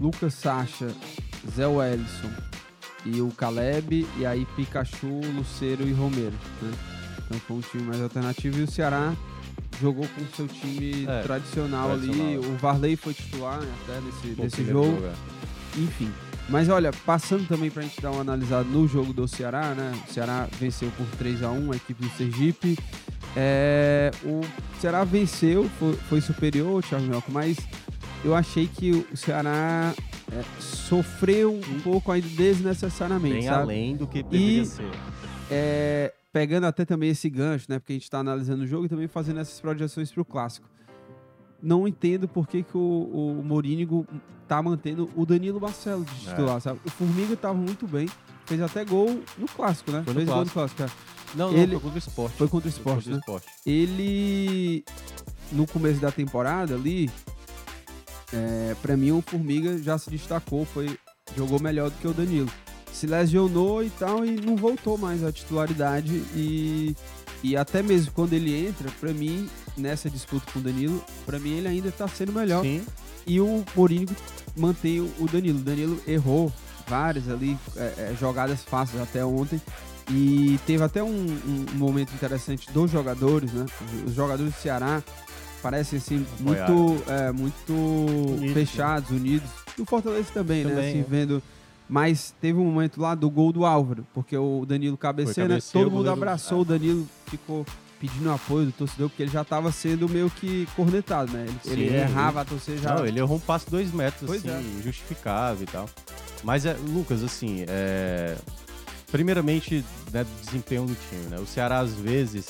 A: Lucas Sacha, Zé Wellison e o Caleb, e aí Pikachu, Lucero e Romero, né? Então foi um time mais alternativo, e o Ceará jogou com o seu time tradicional ali. O Varley foi titular, né, até nesse jogo. Enfim. Mas olha, passando também pra gente dar uma analisada no jogo do Ceará, né? O Ceará venceu por 3-1 a equipe do Sergipe. O Ceará venceu, foi superior, Thiago Minhoca, mas eu achei que o Ceará sofreu um pouco ainda desnecessariamente,
C: bem
A: sabe?
C: além do que deveria ser.
A: Pegando até também esse gancho, né? Porque a gente tá analisando o jogo e também fazendo essas projeções pro Clássico. Não entendo por que o Morínigo tá mantendo o Danilo Barcelos de titular, sabe? O Formiga tava muito bem, fez até gol no Clássico, né?
C: Foi no
A: Gol no Clássico,
C: Não, foi contra o Sport.
A: Foi contra o Sport, né? Ele, no começo da temporada ali, pra mim o Formiga já se destacou, jogou melhor do que o Danilo. Se lesionou e tal, e não voltou mais à titularidade, e até mesmo quando ele entra, pra mim, nessa disputa com o Danilo, pra mim ele ainda tá sendo melhor.
C: Sim.
A: E o Morínigo mantém o Danilo. O Danilo errou várias ali, jogadas fáceis até ontem, e teve até um momento interessante dos jogadores, né? Os jogadores do Ceará parecem assim, muito fechados, unidos. Do Fortaleza também, né? Assim, vendo. Mas teve um momento lá do gol do Álvaro, porque o Danilo cabeceou, né? Todo mundo abraçou o Danilo, ficou pedindo apoio do torcedor, porque ele já estava sendo meio que cornetado, né? Ele errava, a torcida já...
C: Não, ele errou um passe 2 metros,
A: pois
C: assim, justificável e tal. Mas, Lucas, assim, primeiramente, né, do desempenho do time, né? O Ceará, às vezes,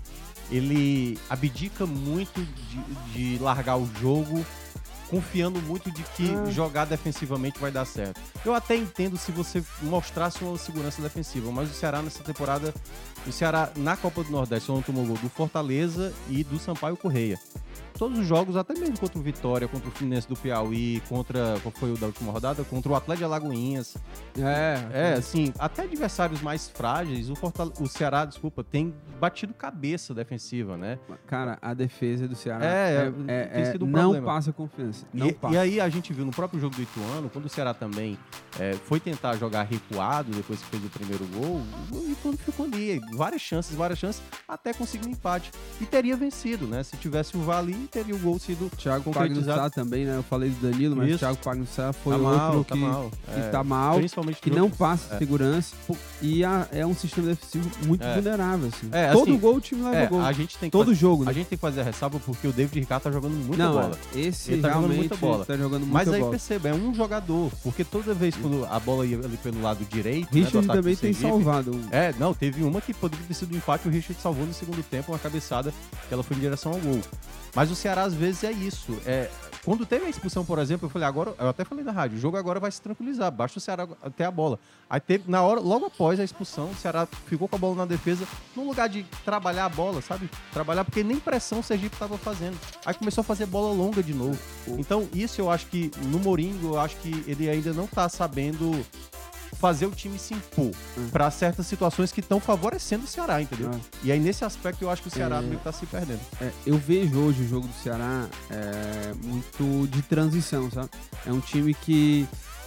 C: ele abdica muito de largar o jogo, confiando muito de que jogar defensivamente vai dar certo. Eu até entendo se você mostrasse uma segurança defensiva, mas o Ceará nessa temporada, na Copa do Nordeste só não tomou gol do Fortaleza e do Sampaio Correia. Todos os jogos, até mesmo contra o Vitória, contra o Fluminense do Piauí, qual foi o da última rodada? Contra o Atlético de Alagoinhas. Assim, até adversários mais frágeis, o Ceará, tem batido cabeça defensiva, né?
A: Cara, a defesa do Ceará
C: tem sido um
A: não
C: problema.
A: passa confiança.
C: E aí a gente viu no próprio jogo do Ituano, quando o Ceará também foi tentar jogar recuado, depois que fez o primeiro gol, o Ituano ficou ali, várias chances, até conseguir um empate. E teria vencido, né? Se tivesse o VAR ali, teria o gol sido
A: Thiago Pagnussá também, né? Eu falei do Danilo, mas o Thiago Pagnussá foi outro que tá mal,
C: principalmente
A: que não passa segurança, e é um sistema defensivo muito vulnerável, assim. Todo gol o time leva gol. Todo jogo, né?
C: A gente tem que fazer a ressalva porque o David Ricardo tá jogando muita bola.
A: Esse
C: ele tá
A: realmente
C: jogando muita bola.
A: Tá jogando muita
C: mas
A: bola.
C: aí perceba, é um jogador, porque toda vez quando a bola ia ali pelo lado direito,
A: Richard também tem salvado.
C: Não, teve uma que poderia ter sido um empate, o Richard salvou no segundo tempo, uma cabeçada que ela foi em direção ao gol. Mas o Ceará, às vezes, é isso. Quando teve a expulsão, por exemplo, eu falei, eu até falei na rádio, o jogo agora vai se tranquilizar, basta o Ceará ter a bola. Aí teve, logo após a expulsão, o Ceará ficou com a bola na defesa, no lugar de trabalhar a bola, sabe? Trabalhar, porque nem pressão o Sergipe estava fazendo. Aí começou a fazer bola longa de novo. Então, isso eu acho que, no Morínigo, eu acho que ele ainda não tá sabendo fazer o time se impor para certas situações que estão favorecendo o Ceará, entendeu? E aí, nesse aspecto, eu acho que o Ceará meio que tá se perdendo.
A: Eu vejo hoje o jogo do Ceará muito de transição, sabe? É um time que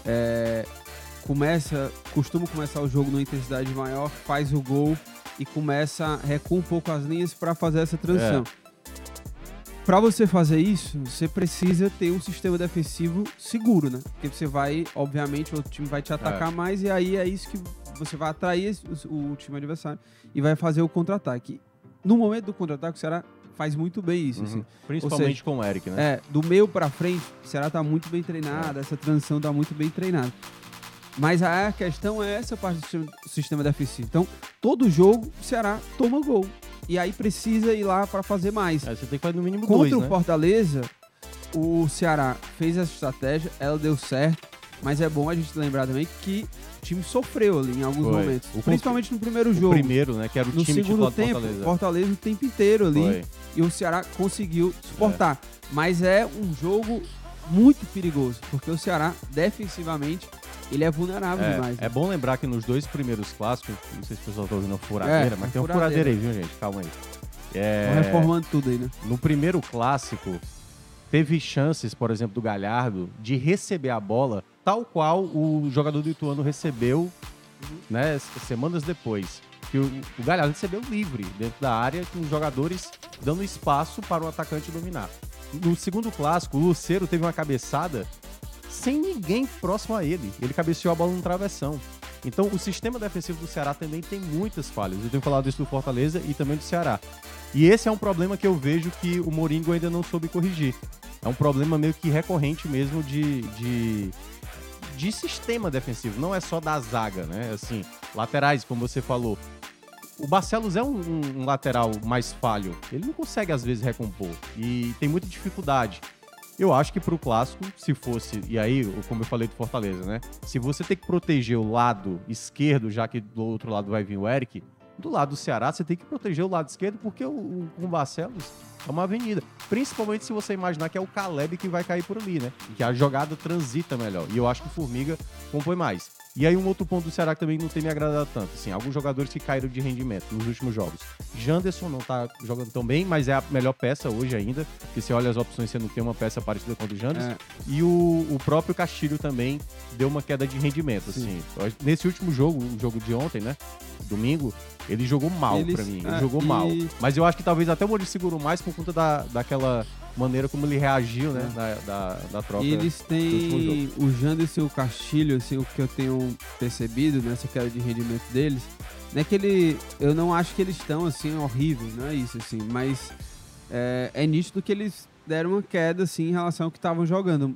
A: costuma começar o jogo numa intensidade maior, faz o gol e recua um pouco as linhas para fazer essa transição. Para você fazer isso, você precisa ter um sistema defensivo seguro, né? Porque você vai, obviamente, o outro time vai te atacar mais, e aí é isso que você vai atrair o time adversário e vai fazer o contra-ataque. No momento do contra-ataque, o Ceará faz muito bem isso. Assim.
C: Principalmente com o Eric, né?
A: Do meio para frente, o Ceará tá muito bem treinado, essa transição tá muito bem treinada. Mas a questão é essa parte do sistema defensivo. Então, todo jogo, o Ceará toma gol. E aí precisa ir lá para fazer mais.
C: Você tem que fazer no mínimo
A: Contra
C: 2,
A: o Fortaleza, o Ceará fez essa estratégia, ela deu certo, mas é bom a gente lembrar também que o time sofreu ali em alguns momentos. Principalmente no primeiro jogo.
C: O primeiro, né? Que era o time
A: titular do Fortaleza. No segundo tempo, Fortaleza o tempo inteiro ali. E o Ceará conseguiu suportar. Mas é um jogo muito perigoso, porque o Ceará, defensivamente, ele é vulnerável demais.
C: É bom lembrar que nos 2 primeiros clássicos, não sei se o pessoal tá ouvindo a furadeira, mas tem uma furadeira aí, viu, gente? Calma aí.
A: Estão reformando tudo aí, né?
C: No primeiro clássico, teve chances, por exemplo, do Galhardo, de receber a bola tal qual o jogador do Ituano recebeu, né, semanas depois. Que o Galhardo recebeu livre dentro da área, com os jogadores dando espaço para o atacante dominar. No segundo clássico, o Lucero teve uma cabeçada sem ninguém próximo a ele. Ele cabeceou a bola no travessão. Então, o sistema defensivo do Ceará também tem muitas falhas. Eu tenho falado isso do Fortaleza e também do Ceará. E esse é um problema que eu vejo que o Mourinho ainda não soube corrigir. É um problema meio que recorrente mesmo de sistema defensivo. Não é só da zaga, né? Assim, laterais, como você falou. O Barcelos é um lateral mais falho. Ele não consegue, às vezes, recompor. E tem muita dificuldade. Eu acho que pro clássico, se fosse... E aí, como eu falei do Fortaleza, né? Se você tem que proteger o lado esquerdo, já que do outro lado vai vir o Eric, do lado do Ceará, você tem que proteger o lado esquerdo, porque o Barcelos é uma avenida. Principalmente se você imaginar que é o Caleb que vai cair por ali, né? Que a jogada transita melhor. E eu acho que o Formiga compõe mais. E aí um outro ponto do Ceará que também não tem me agradado tanto. Assim, alguns jogadores que caíram de rendimento nos últimos jogos. Janderson não tá jogando tão bem, mas é a melhor peça hoje ainda. Porque você olha as opções, você não tem uma peça parecida com a do Janderson. E o próprio Castilho também deu uma queda de rendimento. Assim. Nesse último jogo, o jogo de ontem, né? Domingo, ele jogou mal pra mim. Ele jogou mal. Mas eu acho que talvez até o Mourinho segurou mais por conta daquela maneira como ele reagiu, né? Da troca.
A: E eles têm o Janderson e o Castilho, assim, o que eu tenho percebido nessa queda de rendimento deles, não é que eu não acho que eles estão, assim, horríveis, não é isso, assim, mas é nítido que eles deram uma queda, assim, em relação ao que estavam jogando.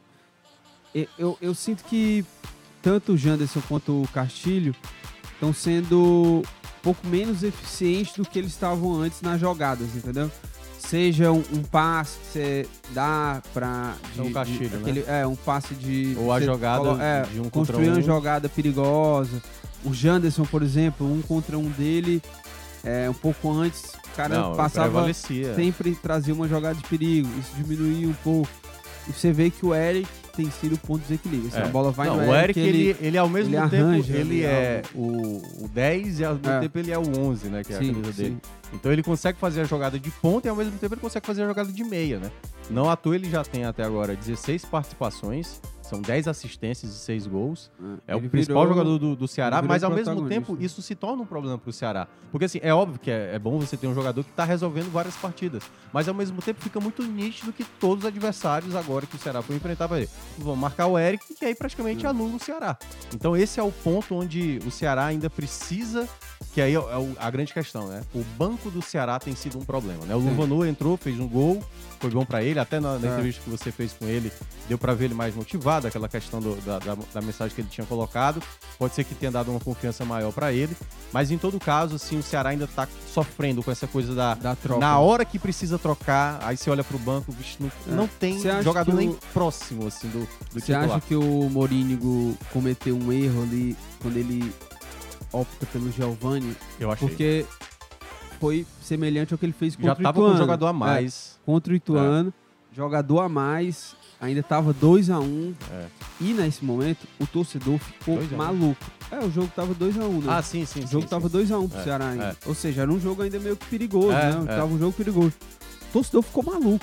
A: Eu sinto que tanto o Janderson quanto o Castilho estão sendo um pouco menos eficientes do que eles estavam antes nas jogadas, entendeu? Seja um passe que você dá pra...
C: o Castilho,
A: né? Um passe de...
C: Ou a jogada de um contra um.
A: Construir uma jogada perigosa. O Janderson, por exemplo, 1 contra 1 dele, um pouco antes, o cara passava... Sempre trazia uma jogada de perigo. Isso diminuía um pouco. E você vê que o Eric tem sido o ponto de desequilíbrio. A bola vai no Eric,
C: ele ao mesmo tempo, ele é o 10 e ao mesmo tempo ele é o 11, né? Que é a camisa dele. Então ele consegue fazer a jogada de ponta e ao mesmo tempo ele consegue fazer a jogada de meia, né? Não à toa ele já tem até agora 16 participações, são 10 assistências e 6 gols. É o principal jogador do Ceará, mas ao mesmo tempo isso se torna um problema pro Ceará. Porque assim, é óbvio que é bom você ter um jogador que tá resolvendo várias partidas, mas ao mesmo tempo fica muito nítido que todos os adversários agora que o Ceará for enfrentar vão marcar o Eric, que aí praticamente anula o Ceará. Então esse é o ponto onde o Ceará ainda precisa, que aí é a grande questão, né? O banco do Ceará tem sido um problema, né? O Luvanu entrou, fez um gol, foi bom pra ele, até na entrevista que você fez com ele, deu pra ver ele mais motivado, aquela questão da mensagem que ele tinha colocado, pode ser que tenha dado uma confiança maior pra ele, mas em todo caso, assim, o Ceará ainda tá sofrendo com essa coisa da troca. Na hora que precisa trocar, aí você olha pro banco, não tem jogador nem próximo, assim, do
A: Você acha que o Mourinho cometeu um erro ali, quando ele opta pelo Giovani?
C: Eu achei.
A: Porque foi semelhante ao que ele fez contra o Ituano.
C: Já tava com um jogador a mais.
A: Contra o Ituano, jogador a mais, ainda tava 2-1. E nesse momento, o torcedor ficou maluco. O jogo tava 2-1, né?
C: Sim.
A: O jogo tava 2-1 pro Ceará ainda. Ou seja, era um jogo ainda meio que perigoso, né? Tava um jogo perigoso. O torcedor ficou maluco.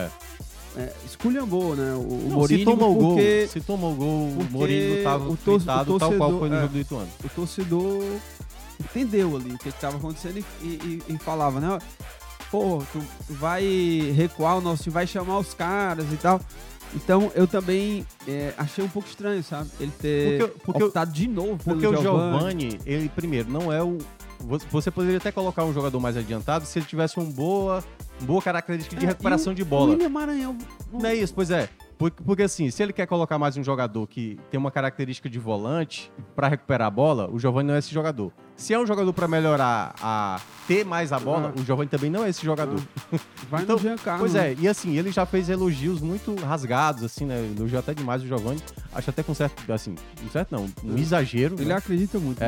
A: Esculhambou, né? O Mourinho,
C: se tomou o gol, o Mourinho tava fritado, tal qual foi no jogo do Ituano.
A: O torcedor entendeu ali o que estava acontecendo e falava, né? Pô, tu vai recuar o nosso time, vai chamar os caras e tal. Então, eu também achei um pouco estranho, sabe? Ele ter optado de novo pelo
C: Porque o Giovani, ele, primeiro, não é o... Você poderia até colocar um jogador mais adiantado se ele tivesse uma boa característica de recuperação de bola.
A: O William Maranhão...
C: Não é isso, pois é. Porque assim, se ele quer colocar mais um jogador que tem uma característica de volante pra recuperar a bola, o Giovani não é esse jogador. Se é um jogador pra melhorar a ter mais a bola, o Giovani também não é esse jogador.
A: Vai então, no Giancarlo.
C: Pois é, e assim, ele já fez elogios muito rasgados, assim, né? Elogiou até demais o Giovani. Acho até com certo, assim, um exagero.
A: Ele acredita muito.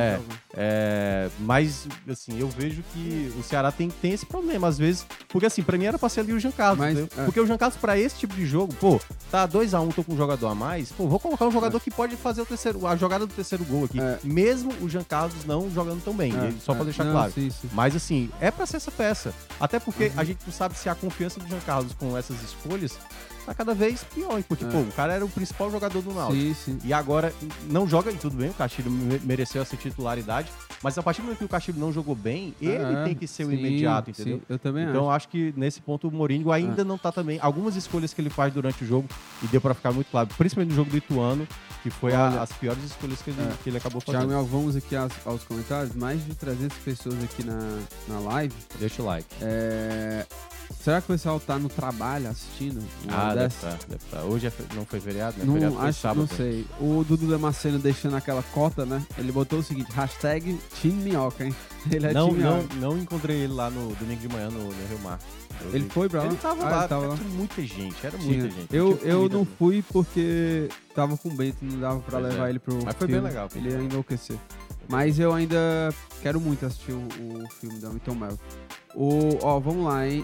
C: Mas, assim, eu vejo que o Ceará tem esse problema, às vezes, porque assim, pra mim era pra ser ali o Jean Carlos, porque o Jean Carlos, pra esse tipo de jogo, pô, tá 2-1, tô com um jogador a mais, pô, vou colocar um jogador que pode fazer a jogada do terceiro gol aqui, mesmo o Jean Carlos não jogando tão bem, só pra deixar claro. Sim. Mas assim, é pra ser essa peça. Até porque a gente não sabe se a confiança do Jean Carlos com essas escolhas tá cada vez pior. Porque, pô, o cara era o principal jogador do Náutico.
A: Sim.
C: E agora não joga, e tudo bem, o Castilho mereceu essa titularidade, mas a partir do momento que o Castilho não jogou bem, ele tem que ser o imediato, entendeu?
A: Sim, eu também
C: Então acho que nesse ponto o Mourinho ainda não tá também. Algumas escolhas que ele faz durante o jogo, e deu pra ficar muito claro, principalmente no jogo do Ituano, que foi as piores escolhas que ele acabou fazendo.
A: Thiago, vamos aqui aos comentários. Mais de 300 pessoas aqui na live.
C: Deixa o like.
A: Será que o pessoal tá no trabalho assistindo?
C: Deve tá. Hoje não foi feriado, né?
A: Não,
C: Feriado foi
A: acho,
C: sábado.
A: não sei. O Dudu Damasceno deixando aquela cota, né? Ele botou o seguinte, hashtag Team Minhoca, hein? Ele é Team Minhoca.
C: Não encontrei ele lá no domingo de manhã no Rio Mar.
A: Ele foi pra lá?
C: Ele tava lá, tinha muita gente, muita gente.
A: Eu não fui porque tava com o Bento, não dava pra levar ele pro
C: Mas foi
A: filme.
C: bem legal.
A: Ele ia enlouquecer. Mas eu ainda quero muito assistir o filme da Milton Melo. Vamos lá, hein?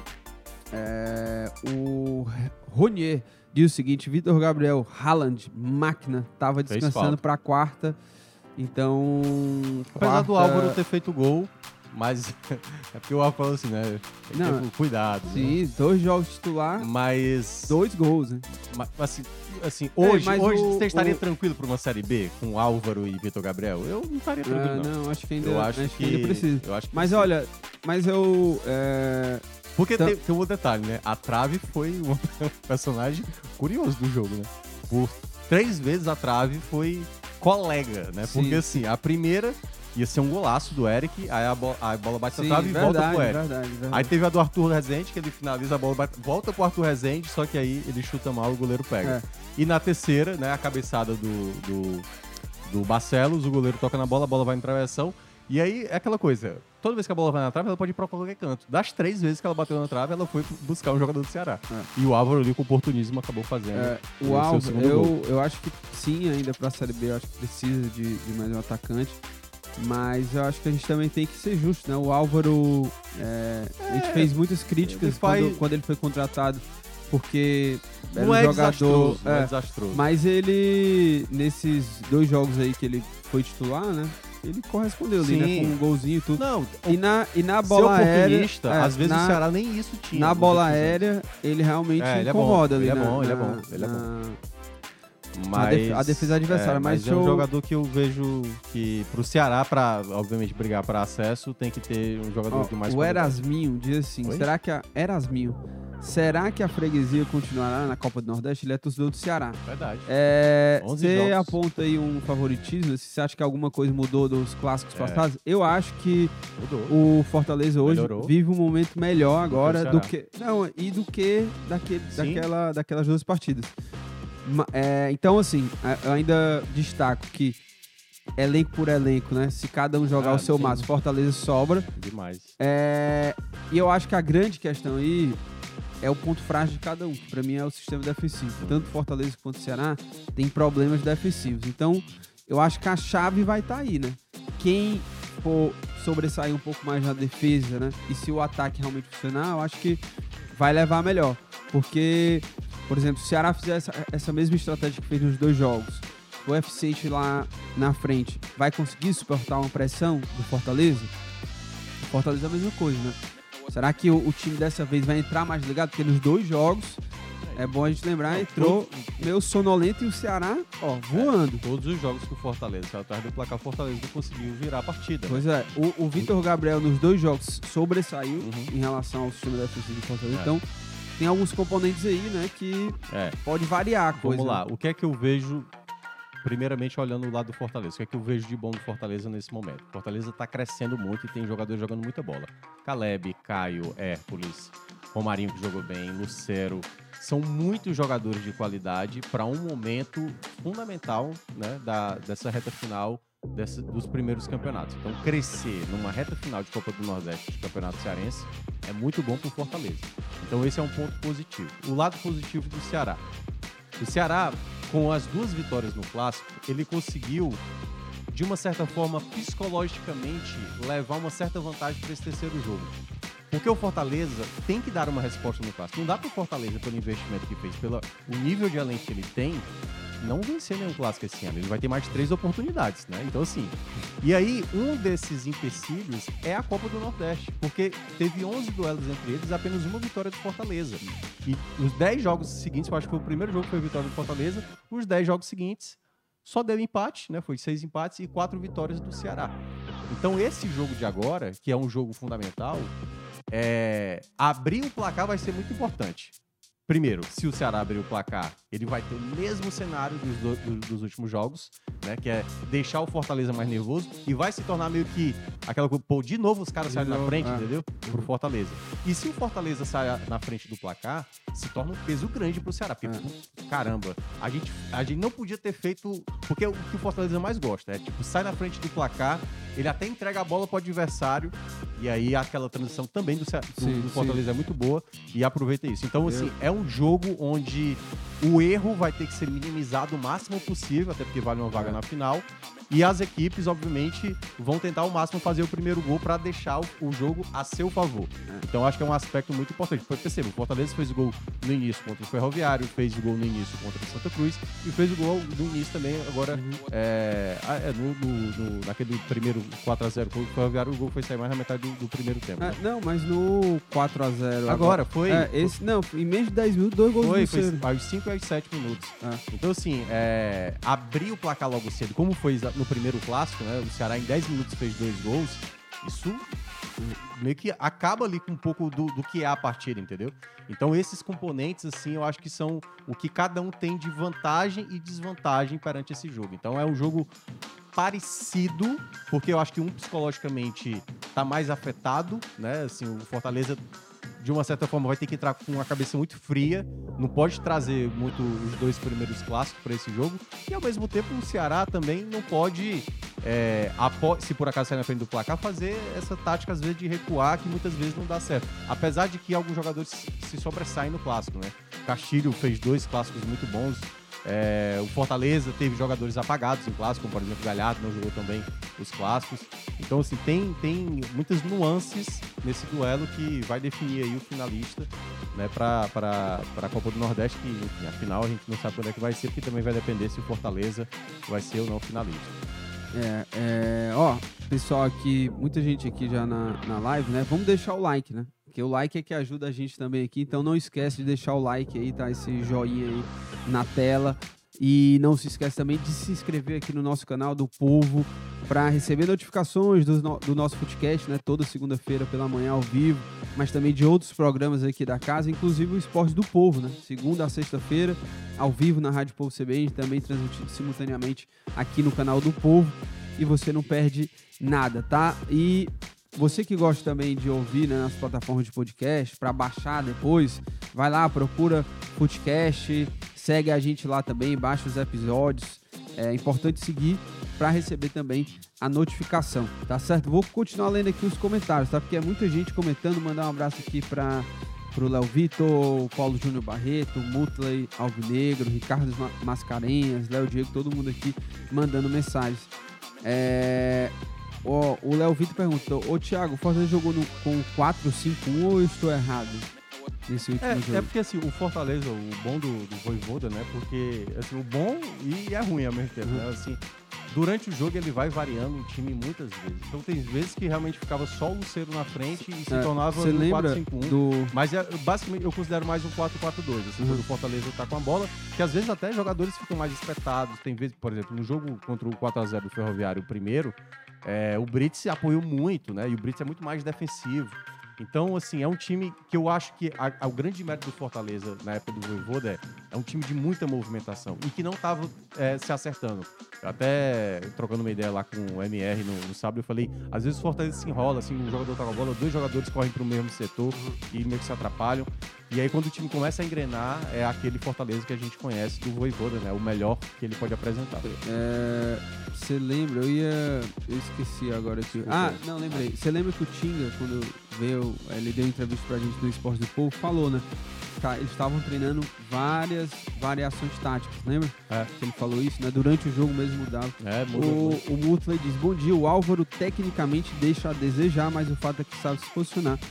A: O Ronier diz o seguinte, Vitor Gabriel, Haaland, máquina, tava descansando pra quarta. Então...
C: Apesar do Álvaro ter feito gol, mas é porque o Álvaro falou assim, né? Cuidado.
A: Sim, né? 2 jogos titular,
C: mas
A: 2 gols, né?
C: Mas, assim hoje você estaria tranquilo para uma Série B com Álvaro e Vitor Gabriel? Eu não estaria tranquilo, não.
A: Não, acho que ainda,
C: ainda precisa.
A: Mas olha, eu...
C: Porque tem um outro detalhe, né? A Trave foi um personagem curioso do jogo, né? Por 3 vezes a Trave foi colega, né?
A: Sim.
C: Porque assim, a primeira ia ser um golaço do Eric, aí a bola bate na trave e volta pro Eric.
A: Verdade.
C: Aí teve a do Arthur Rezende, que ele finaliza, a bola volta pro Arthur Rezende, só que aí ele chuta mal, o goleiro pega. E na terceira, né, a cabeçada do Barcelos, o goleiro toca na bola, a bola vai em travessão. E aí é aquela coisa, toda vez que a bola vai na trave, ela pode ir pra qualquer canto. Das 3 vezes que ela bateu na trave, ela foi buscar um jogador do Ceará. E o Álvaro ali com oportunismo acabou fazendo.
A: O Álvaro, eu acho que sim, ainda pra Série B, eu acho que precisa de mais um atacante. Mas eu acho que a gente também tem que ser justo, né? O Álvaro, a gente fez muitas críticas quando ele foi contratado, porque era um jogador...
C: Não é desastroso.
A: Mas ele, nesses 2 jogos aí que ele foi titular, né? Ele correspondeu ali, né? Com um golzinho e tudo.
C: Não,
A: e na bola aérea...
C: às vezes o Ceará nem isso tinha.
A: Na bola aérea, ele realmente incomoda ali.
C: Ele é bom. Mas
A: a defesa adversária. Mas
C: é um jogador que eu vejo que pro Ceará, pra obviamente brigar para acesso, tem que ter um jogador de mais
A: qualidade. O Erasminho diz assim, será que a freguesia continuará na Copa do Nordeste? Ele é torcedor do Ceará.
C: Verdade.
A: Você aponta aí um favoritismo? Você acha que alguma coisa mudou dos clássicos passados? Eu acho que o Fortaleza hoje vive um momento melhor agora do que daquelas 2 partidas. Então, assim, eu ainda destaco que elenco por elenco, né? Se cada um jogar o seu máximo, Fortaleza sobra.
C: Demais.
A: E eu acho que a grande questão aí é o ponto frágil de cada um, que pra mim é o sistema defensivo. Tanto Fortaleza quanto Ceará tem problemas defensivos. Então, eu acho que a chave vai estar aí, né? Quem for sobressair um pouco mais na defesa, né? E se o ataque realmente funcionar, eu acho que vai levar melhor. Porque, por exemplo, se o Ceará fizer essa mesma estratégia que fez nos 2 jogos, o F6 lá na frente vai conseguir suportar uma pressão do Fortaleza? O Fortaleza é a mesma coisa, né? Será que o time dessa vez vai entrar mais ligado? Porque nos 2 jogos, é bom a gente lembrar, entrou meio sonolento e o Ceará, voando.
C: Todos os jogos que o Fortaleza saiu atrás do placar, o Fortaleza não conseguiu virar a partida.
A: Pois é, o Vitor Gabriel nos 2 jogos sobressaiu em relação ao sistema defensivo do Fortaleza. Então, tem alguns componentes aí, né, que pode variar a coisa.
C: Vamos lá, o que é que eu vejo, primeiramente olhando o lado do Fortaleza, o que é que eu vejo de bom do Fortaleza nesse momento? O Fortaleza tá crescendo muito e tem jogadores jogando muita bola. Caleb, Caio, Hércules, Romarinho que jogou bem, Lucero, são muitos jogadores de qualidade para um momento fundamental, né, dessa reta final dos primeiros campeonatos. Então, crescer numa reta final de Copa do Nordeste, de Campeonato Cearense, é muito bom para o Fortaleza. Então, esse é um ponto positivo. O lado positivo do Ceará. O Ceará, com as 2 vitórias no Clássico, ele conseguiu, de uma certa forma, psicologicamente, levar uma certa vantagem para esse terceiro jogo. Porque o Fortaleza tem que dar uma resposta no Clássico. Não dá para o Fortaleza, pelo investimento que fez, pelo o nível de elenco que ele tem, não vencer nenhum clássico esse ano. Ele vai ter mais de 3 oportunidades, né? Então, assim... E aí, um desses empecilhos é a Copa do Nordeste, porque teve 11 duelos entre eles, apenas uma vitória do Fortaleza. E os 10 jogos seguintes, eu acho que foi o primeiro jogo que foi a vitória do Fortaleza, os 10 jogos seguintes só deu empate, né? Foi 6 empates e 4 vitórias do Ceará. Então, esse jogo de agora, que é um jogo fundamental, abrir o placar vai ser muito importante. Primeiro, se o Ceará abrir o placar, ele vai ter o mesmo cenário dos últimos jogos, né? Que é deixar o Fortaleza mais nervoso e vai se tornar meio que aquela coisa, pô, de novo os caras saem na frente, entendeu? Pro Fortaleza. E se o Fortaleza sair na frente do placar, se torna um peso grande pro Ceará. Porque, caramba, a gente não podia ter feito... Porque o que o Fortaleza mais gosta é, tipo, sai na frente do placar, ele até entrega a bola pro adversário, e aí aquela transição também do Fortaleza é muito boa, e aproveita isso. Então, assim, é um jogo onde o erro vai ter que ser minimizado o máximo possível, até porque vale uma vaga na final. E as equipes, obviamente, vão tentar ao máximo fazer o primeiro gol para deixar o jogo a seu favor. Então, acho que é um aspecto muito importante. Perceba, o Fortaleza fez o gol no início contra o Ferroviário, fez o gol no início contra o Santa Cruz e fez o gol no início também, agora, naquele primeiro 4x0 contra o Ferroviário, o gol foi sair mais na metade do primeiro tempo. Né?
A: Não, mas no 4x0...
C: Agora, foi...
A: em menos de 10 minutos, 2 gols
C: foi aos 5 e aos 7 minutos. Então, assim, abrir o placar logo cedo, como foi no primeiro clássico, né? O Ceará em 10 minutos fez 2 gols. Isso meio que acaba ali com um pouco do que é a partida, entendeu? Então esses componentes, assim, eu acho que são o que cada um tem de vantagem e desvantagem perante esse jogo. Então é um jogo parecido, porque eu acho que um psicologicamente tá mais afetado, né? Assim, o Fortaleza, de uma certa forma, vai ter que entrar com uma cabeça muito fria, não pode trazer muito os 2 primeiros clássicos para esse jogo, e ao mesmo tempo o Ceará também não pode, se por acaso sair na frente do placar, fazer essa tática às vezes de recuar, que muitas vezes não dá certo. Apesar de que alguns jogadores se sobressaem no clássico, né? Castilho fez 2 clássicos muito bons. O Fortaleza teve jogadores apagados em clássico, como por exemplo o Galhardo não jogou também os clássicos. Então, assim, tem muitas nuances nesse duelo que vai definir aí o finalista, né, para a Copa do Nordeste, que, enfim, afinal a gente não sabe quando é que vai ser, porque também vai depender se o Fortaleza vai ser ou não finalista.
A: Pessoal aqui, muita gente aqui já na live, né? Vamos deixar o like, né? Porque o like é que ajuda a gente também aqui, então não esquece de deixar o like aí, tá? Esse joinha aí na tela. E não se esquece também de se inscrever aqui no nosso canal do Povo para receber notificações do nosso podcast, né? Toda segunda-feira pela manhã ao vivo, mas também de outros programas aqui da casa, inclusive o Esporte do Povo, né? Segunda a sexta-feira, ao vivo na Rádio Povo CBN, também transmitido simultaneamente aqui no canal do Povo. E você não perde nada, tá? E você que gosta também de ouvir, né, nas plataformas de podcast, para baixar depois, vai lá, procura podcast, segue a gente lá também, baixa os episódios. É importante seguir para receber também a notificação, tá certo? Vou continuar lendo aqui os comentários, tá? Porque é muita gente comentando, mandar um abraço aqui pro Léo Vitor, Paulo Júnior Barreto, Mutley Alvinegro, Ricardo Mascarenhas, Léo Diego, todo mundo aqui mandando mensagens. O Léo Vitor perguntou: Thiago, o Fortaleza jogou com 4-5-1 ou eu estou errado nesse último jogo?
C: É porque assim, o Fortaleza, o bom do Vojvoda, né? Porque assim, o bom e é ruim ao mesmo tempo, né? Assim, durante o jogo ele vai variando o time muitas vezes. Então tem vezes que realmente ficava só o Lucero na frente e se tornava um 4-5-1. Mas basicamente eu considero mais um 4-4-2, assim, quando o Fortaleza tá com a bola, que às vezes até jogadores ficam mais espetados. Tem vezes, por exemplo, no jogo contra o 4x0 do Ferroviário, o primeiro, o Brits apoiou muito, né? E o Brits é muito mais defensivo. Então, assim, é um time que eu acho que o grande mérito do Fortaleza na época do Vojvoda é um time de muita movimentação e que não estava se acertando. Eu até, trocando uma ideia lá com o MR no sábado, eu falei, às vezes o Fortaleza se enrola, assim, um jogador tá com a bola, 2 jogadores correm para o mesmo setor e meio que se atrapalham. E aí, quando o time começa a engrenar, é aquele Fortaleza que a gente conhece do Vojvoda, né? O melhor que ele pode apresentar.
A: Você lembra? Eu esqueci agora aqui. Não, lembrei. Você lembra que o Tinga, quando veio, ele deu entrevista pra gente do Esporte do Povo, falou, né? Eles estavam treinando várias variações táticas, lembra? Que ele falou isso, né? Durante o jogo mesmo mudava. O Mutley diz: bom dia, o Álvaro tecnicamente deixa a desejar, mas o fato é que sabe se posicionar.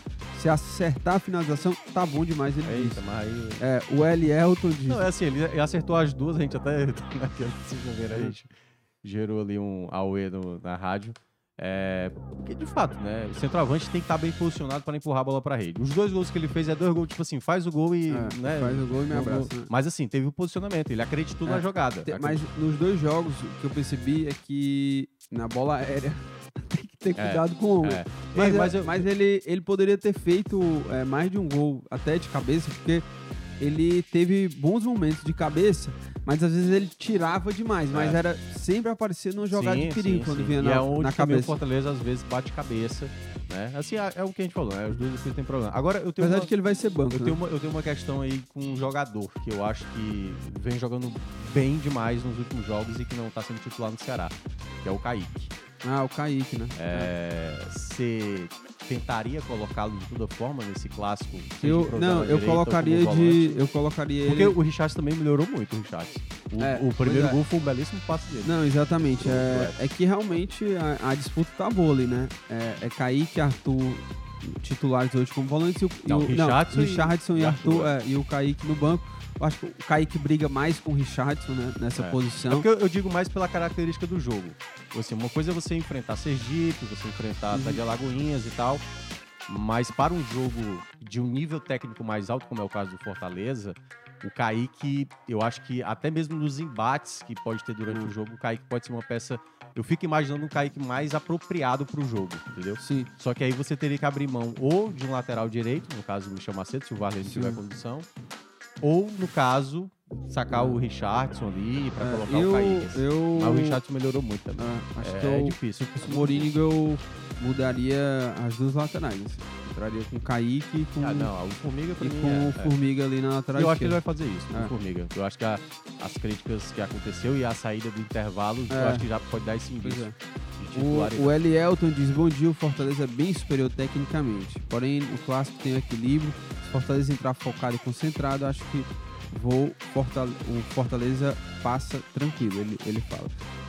A: Se acertar a finalização, tá bom demais, ele
C: Eita,
A: disse.
C: mas aí...
A: O L. Elton diz...
C: Não, é assim, ele acertou as duas, a gente até... Naquela segunda-feira a gente gerou ali um auê na rádio. Porque, de fato, né, o centroavante tem que estar bem posicionado para empurrar a bola pra rede. Os 2 gols que ele fez 2 gols, tipo assim, faz o gol e... né,
A: faz o gol e me abraça. Né?
C: Mas assim, teve o posicionamento, ele acreditou na jogada.
A: Mas nos 2 jogos, o que eu percebi é que na bola aérea tem que ter cuidado com o homem. Mas ele poderia ter feito mais de um gol até de cabeça, porque ele teve bons momentos de cabeça, mas às vezes ele tirava demais, mas era sempre aparecendo numa jogada de perigo quando vinha na cabeça.
C: O Fortaleza às vezes bate cabeça, né? Assim, é o que a gente falou, né? Os 2 equipes têm problema. Agora, eu tenho
A: Apesar de que ele vai ser banco,
C: eu tenho uma questão aí com um jogador que eu acho que vem jogando bem demais nos últimos jogos e que não tá sendo titular no Ceará, que é o Kaique.
A: O Kaique, né?
C: Você tentaria colocá-lo de toda forma nesse clássico?
A: Eu colocaria ele...
C: Porque o Richardson também melhorou muito, o Richardson. O primeiro gol foi um belíssimo passe dele.
A: Não, exatamente. É que realmente a disputa tá boa ali, né? É Kaique e Arthur titulares hoje como volantes Richardson e Arthur e o Kaique no banco. Eu acho que o Kaique briga mais com o Richardson, né, nessa posição.
C: É porque eu digo mais pela característica do jogo. Assim, uma coisa é você enfrentar Sergipe, você enfrentar de Alagoinhas e tal, mas para um jogo de um nível técnico mais alto, como é o caso do Fortaleza, o Kaique, eu acho que até mesmo nos embates que pode ter durante o jogo, o Kaique pode ser uma peça... Eu fico imaginando um Kaique mais apropriado pro jogo, entendeu?
A: Sim.
C: Só que aí você teria que abrir mão ou de um lateral direito, no caso do Michel Macedo, se o Varley não tiver condição, ou, no caso, sacar o Richardson ali pra colocar o Kaique. Mas o Richardson melhorou muito também.
A: Acho que é difícil. O Mourinho eu mudaria as 2 laterais. Entraria com o Kaique e com
C: o Formiga pra mim
A: com o Formiga ali na lateral.
C: Eu acho que ele vai fazer isso, o Formiga. Eu acho que as críticas que aconteceu e a saída do intervalo, eu acho que já pode dar esse indício.
A: O L. Elton diz: bom dia, o Fortaleza é bem superior tecnicamente. Porém, o clássico tem um equilíbrio. Se o Fortaleza entrar focado e concentrado, acho que o Fortaleza passa tranquilo, ele fala.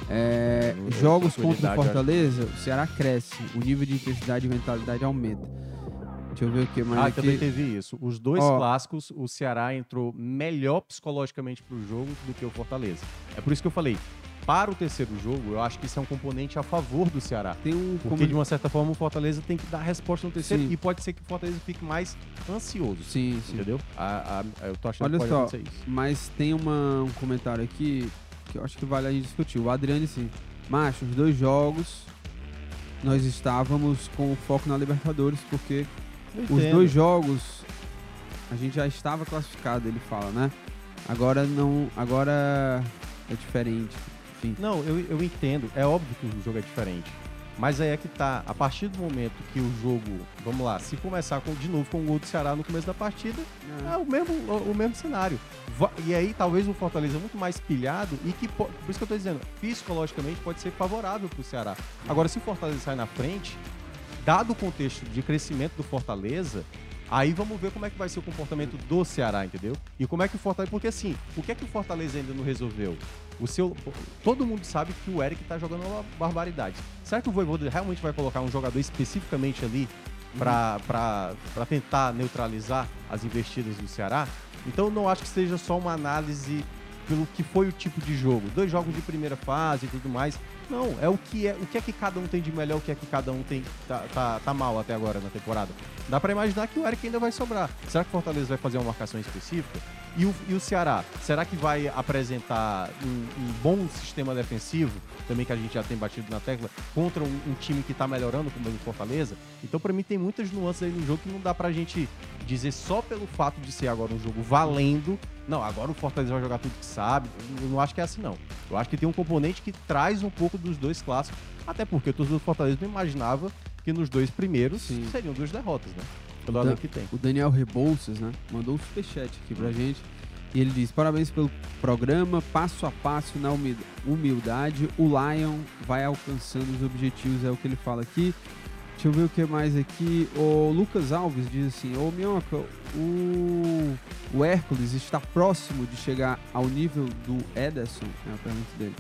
A: Jogos contra o Fortaleza, o Ceará cresce, o nível de intensidade e mentalidade aumenta. Deixa eu ver o que mais aqui.
C: Também teve isso. Os 2 clássicos, o Ceará entrou melhor psicologicamente pro jogo do que o Fortaleza. É por isso que eu falei, para o terceiro jogo, eu acho que isso é um componente a favor do Ceará. Porque, de uma certa forma, o Fortaleza tem que dar resposta no terceiro. Sim. E pode ser que o Fortaleza fique mais ansioso.
A: Sim.
C: Entendeu? Eu tô achando que pode acontecer isso.
A: Mas tem um comentário aqui que eu acho que vale a gente discutir. O Adriano, sim. Macho, os 2 jogos, nós estávamos com o foco na Libertadores, porque os 2 jogos a gente já estava classificado, ele fala, né? Agora é diferente. Enfim.
C: Não, eu entendo. É óbvio que o jogo é diferente. Mas aí é que tá. A partir do momento que o jogo, vamos lá, se começar de novo com o gol do Ceará no começo da partida, é o mesmo cenário. E aí talvez o Fortaleza muito mais pilhado e que, por isso que eu tô dizendo, psicologicamente pode ser favorável pro Ceará. Agora, se o Fortaleza sai na frente, dado o contexto de crescimento do Fortaleza, aí vamos ver como é que vai ser o comportamento do Ceará, entendeu? E como é que o Fortaleza... Porque assim, o que é que o Fortaleza ainda não resolveu? Todo mundo sabe que o Eric tá jogando uma barbaridade. Será que o Vojvoda realmente vai colocar um jogador especificamente ali pra tentar neutralizar as investidas do Ceará? Então eu não acho que seja só uma análise pelo que foi o tipo de jogo. 2 jogos de primeira fase e tudo mais. Não, o que é que cada um tem de melhor, o que é que cada um tá mal até agora na temporada. Dá pra imaginar que o Eric ainda vai sobrar. Será que o Fortaleza vai fazer uma marcação específica? E o Ceará, será que vai apresentar um bom sistema defensivo, também que a gente já tem batido na tecla, contra um time que tá melhorando, como o Fortaleza? Então, pra mim, tem muitas nuances aí no jogo que não dá pra gente dizer só pelo fato de ser agora um jogo valendo. Não, agora o Fortaleza vai jogar tudo que sabe. Eu não acho que é assim, não. Eu acho que tem um componente que traz um pouco dos 2 clássicos, até porque o torcedor do Fortaleza não imaginava que nos 2 primeiros seriam 2 derrotas, né? Pelo lado que tem.
A: O Daniel Rebouças, né, mandou um superchat aqui pra gente. E ele diz: parabéns pelo programa, passo a passo na humildade, o Lion vai alcançando os objetivos, é o que ele fala aqui. Deixa eu ver o que mais aqui. O Lucas Alves diz assim: Minhoca, o Hércules está próximo de chegar ao nível do Ederson? É a pergunta dele.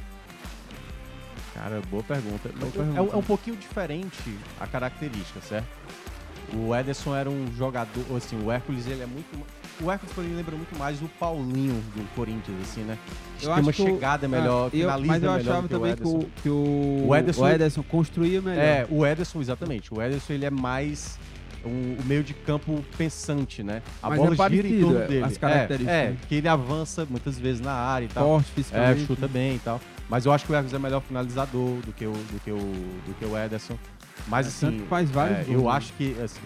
C: Cara, boa pergunta. É um pouquinho diferente a característica, certo? O Ederson era um jogador, assim, o Hércules, ele é muito... O Hércules, por exemplo, lembra muito mais o Paulinho do Corinthians, assim, né?
A: Eu
C: Tem
A: acho
C: uma
A: que
C: chegada melhor, finaliza
A: mas eu
C: melhor
A: achava
C: do que o
A: também
C: Ederson.
A: que o Ederson construía melhor.
C: O Ederson, exatamente. O Ederson, ele é mais o meio de campo pensante, né? A
A: Mas
C: bola
A: é parecido,
C: gira em torno dele.
A: as características.
C: Que ele avança muitas vezes na área e tal.
A: Forte fisicamente.
C: Chuta bem e tal. Mas eu acho que o Hércules é melhor finalizador do que o Ederson. Mas assim,
A: tanto faz vários gols,
C: eu
A: né?
C: acho que, assim,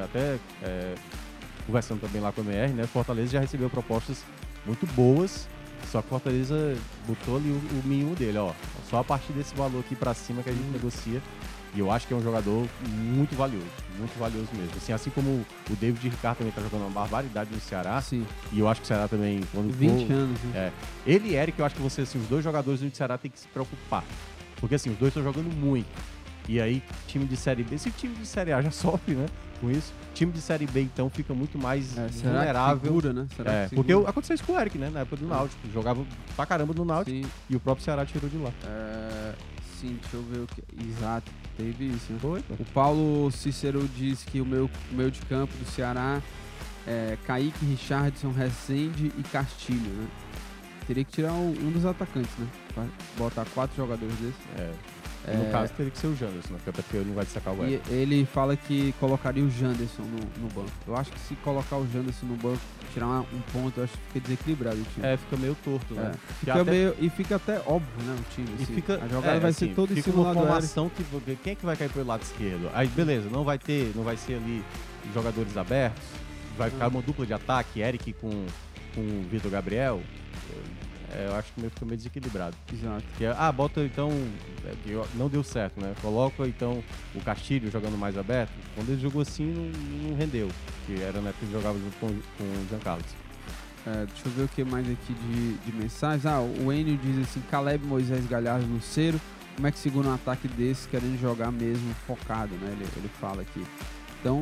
C: conversando também lá com o MR, né? Fortaleza já recebeu propostas muito boas, só que Fortaleza botou ali o mínimo dele, ó. Só a partir desse valor aqui pra cima que a gente negocia. E eu acho que é um jogador muito valioso mesmo. Assim como o David Ricardo também tá jogando uma barbaridade no Ceará.
A: Sim.
C: E eu acho que o Ceará também, quando
A: 20 anos, né?
C: Ele e Eric, eu acho que os dois jogadores do Ceará tem que se preocupar. Porque assim, os dois estão jogando muito. E aí, time de Série B, esse time de Série A já sofre, né, com isso. Time de Série B, então, fica muito mais vulnerável.
A: Segura, né? Será que
C: porque
A: segura?
C: aconteceu isso com o Eric, né, na época do Náutico. Jogava pra caramba no Náutico.
A: Sim.
C: E o próprio Ceará tirou de lá.
A: Sim, deixa eu ver o que... Exato, teve isso, né?
C: Foi.
A: O Paulo Cícero diz que o meio de campo do Ceará é Kaique, Richardson, Rezende e Castilho, né? Teria que tirar um dos atacantes, né? Pra botar 4 jogadores desses.
C: No caso, teria que ser o Janderson, né? Porque ele não vai destacar o Eric.
A: E ele fala que colocaria o Janderson no banco. Eu acho que se colocar o Janderson no banco, tirar um ponto, eu acho que fica desequilibrado o time.
C: Fica meio torto, né?
A: E fica até óbvio, né, o time.
C: E
A: assim.
C: fica,
A: a jogada vai ser toda em
C: fica
A: cima
C: uma
A: do lado
C: formação que quem é que vai cair pelo lado esquerdo? Aí beleza, não vai ser ali jogadores abertos, vai ficar uma dupla de ataque, Eric com o Vitor Gabriel. Eu acho que fica meio desequilibrado.
A: Exato.
C: Bota então, não deu certo, né? Coloca então o Castilho jogando mais aberto. Quando ele jogou assim, não rendeu, que era na época que ele jogava junto com o Jean Carlos.
A: Deixa eu ver o que mais aqui de mensagens. O Enio diz assim: Caleb, Moisés, Galhardo, Lucero. Como é que segura um ataque desse querendo jogar mesmo focado, né? Ele fala aqui. Então,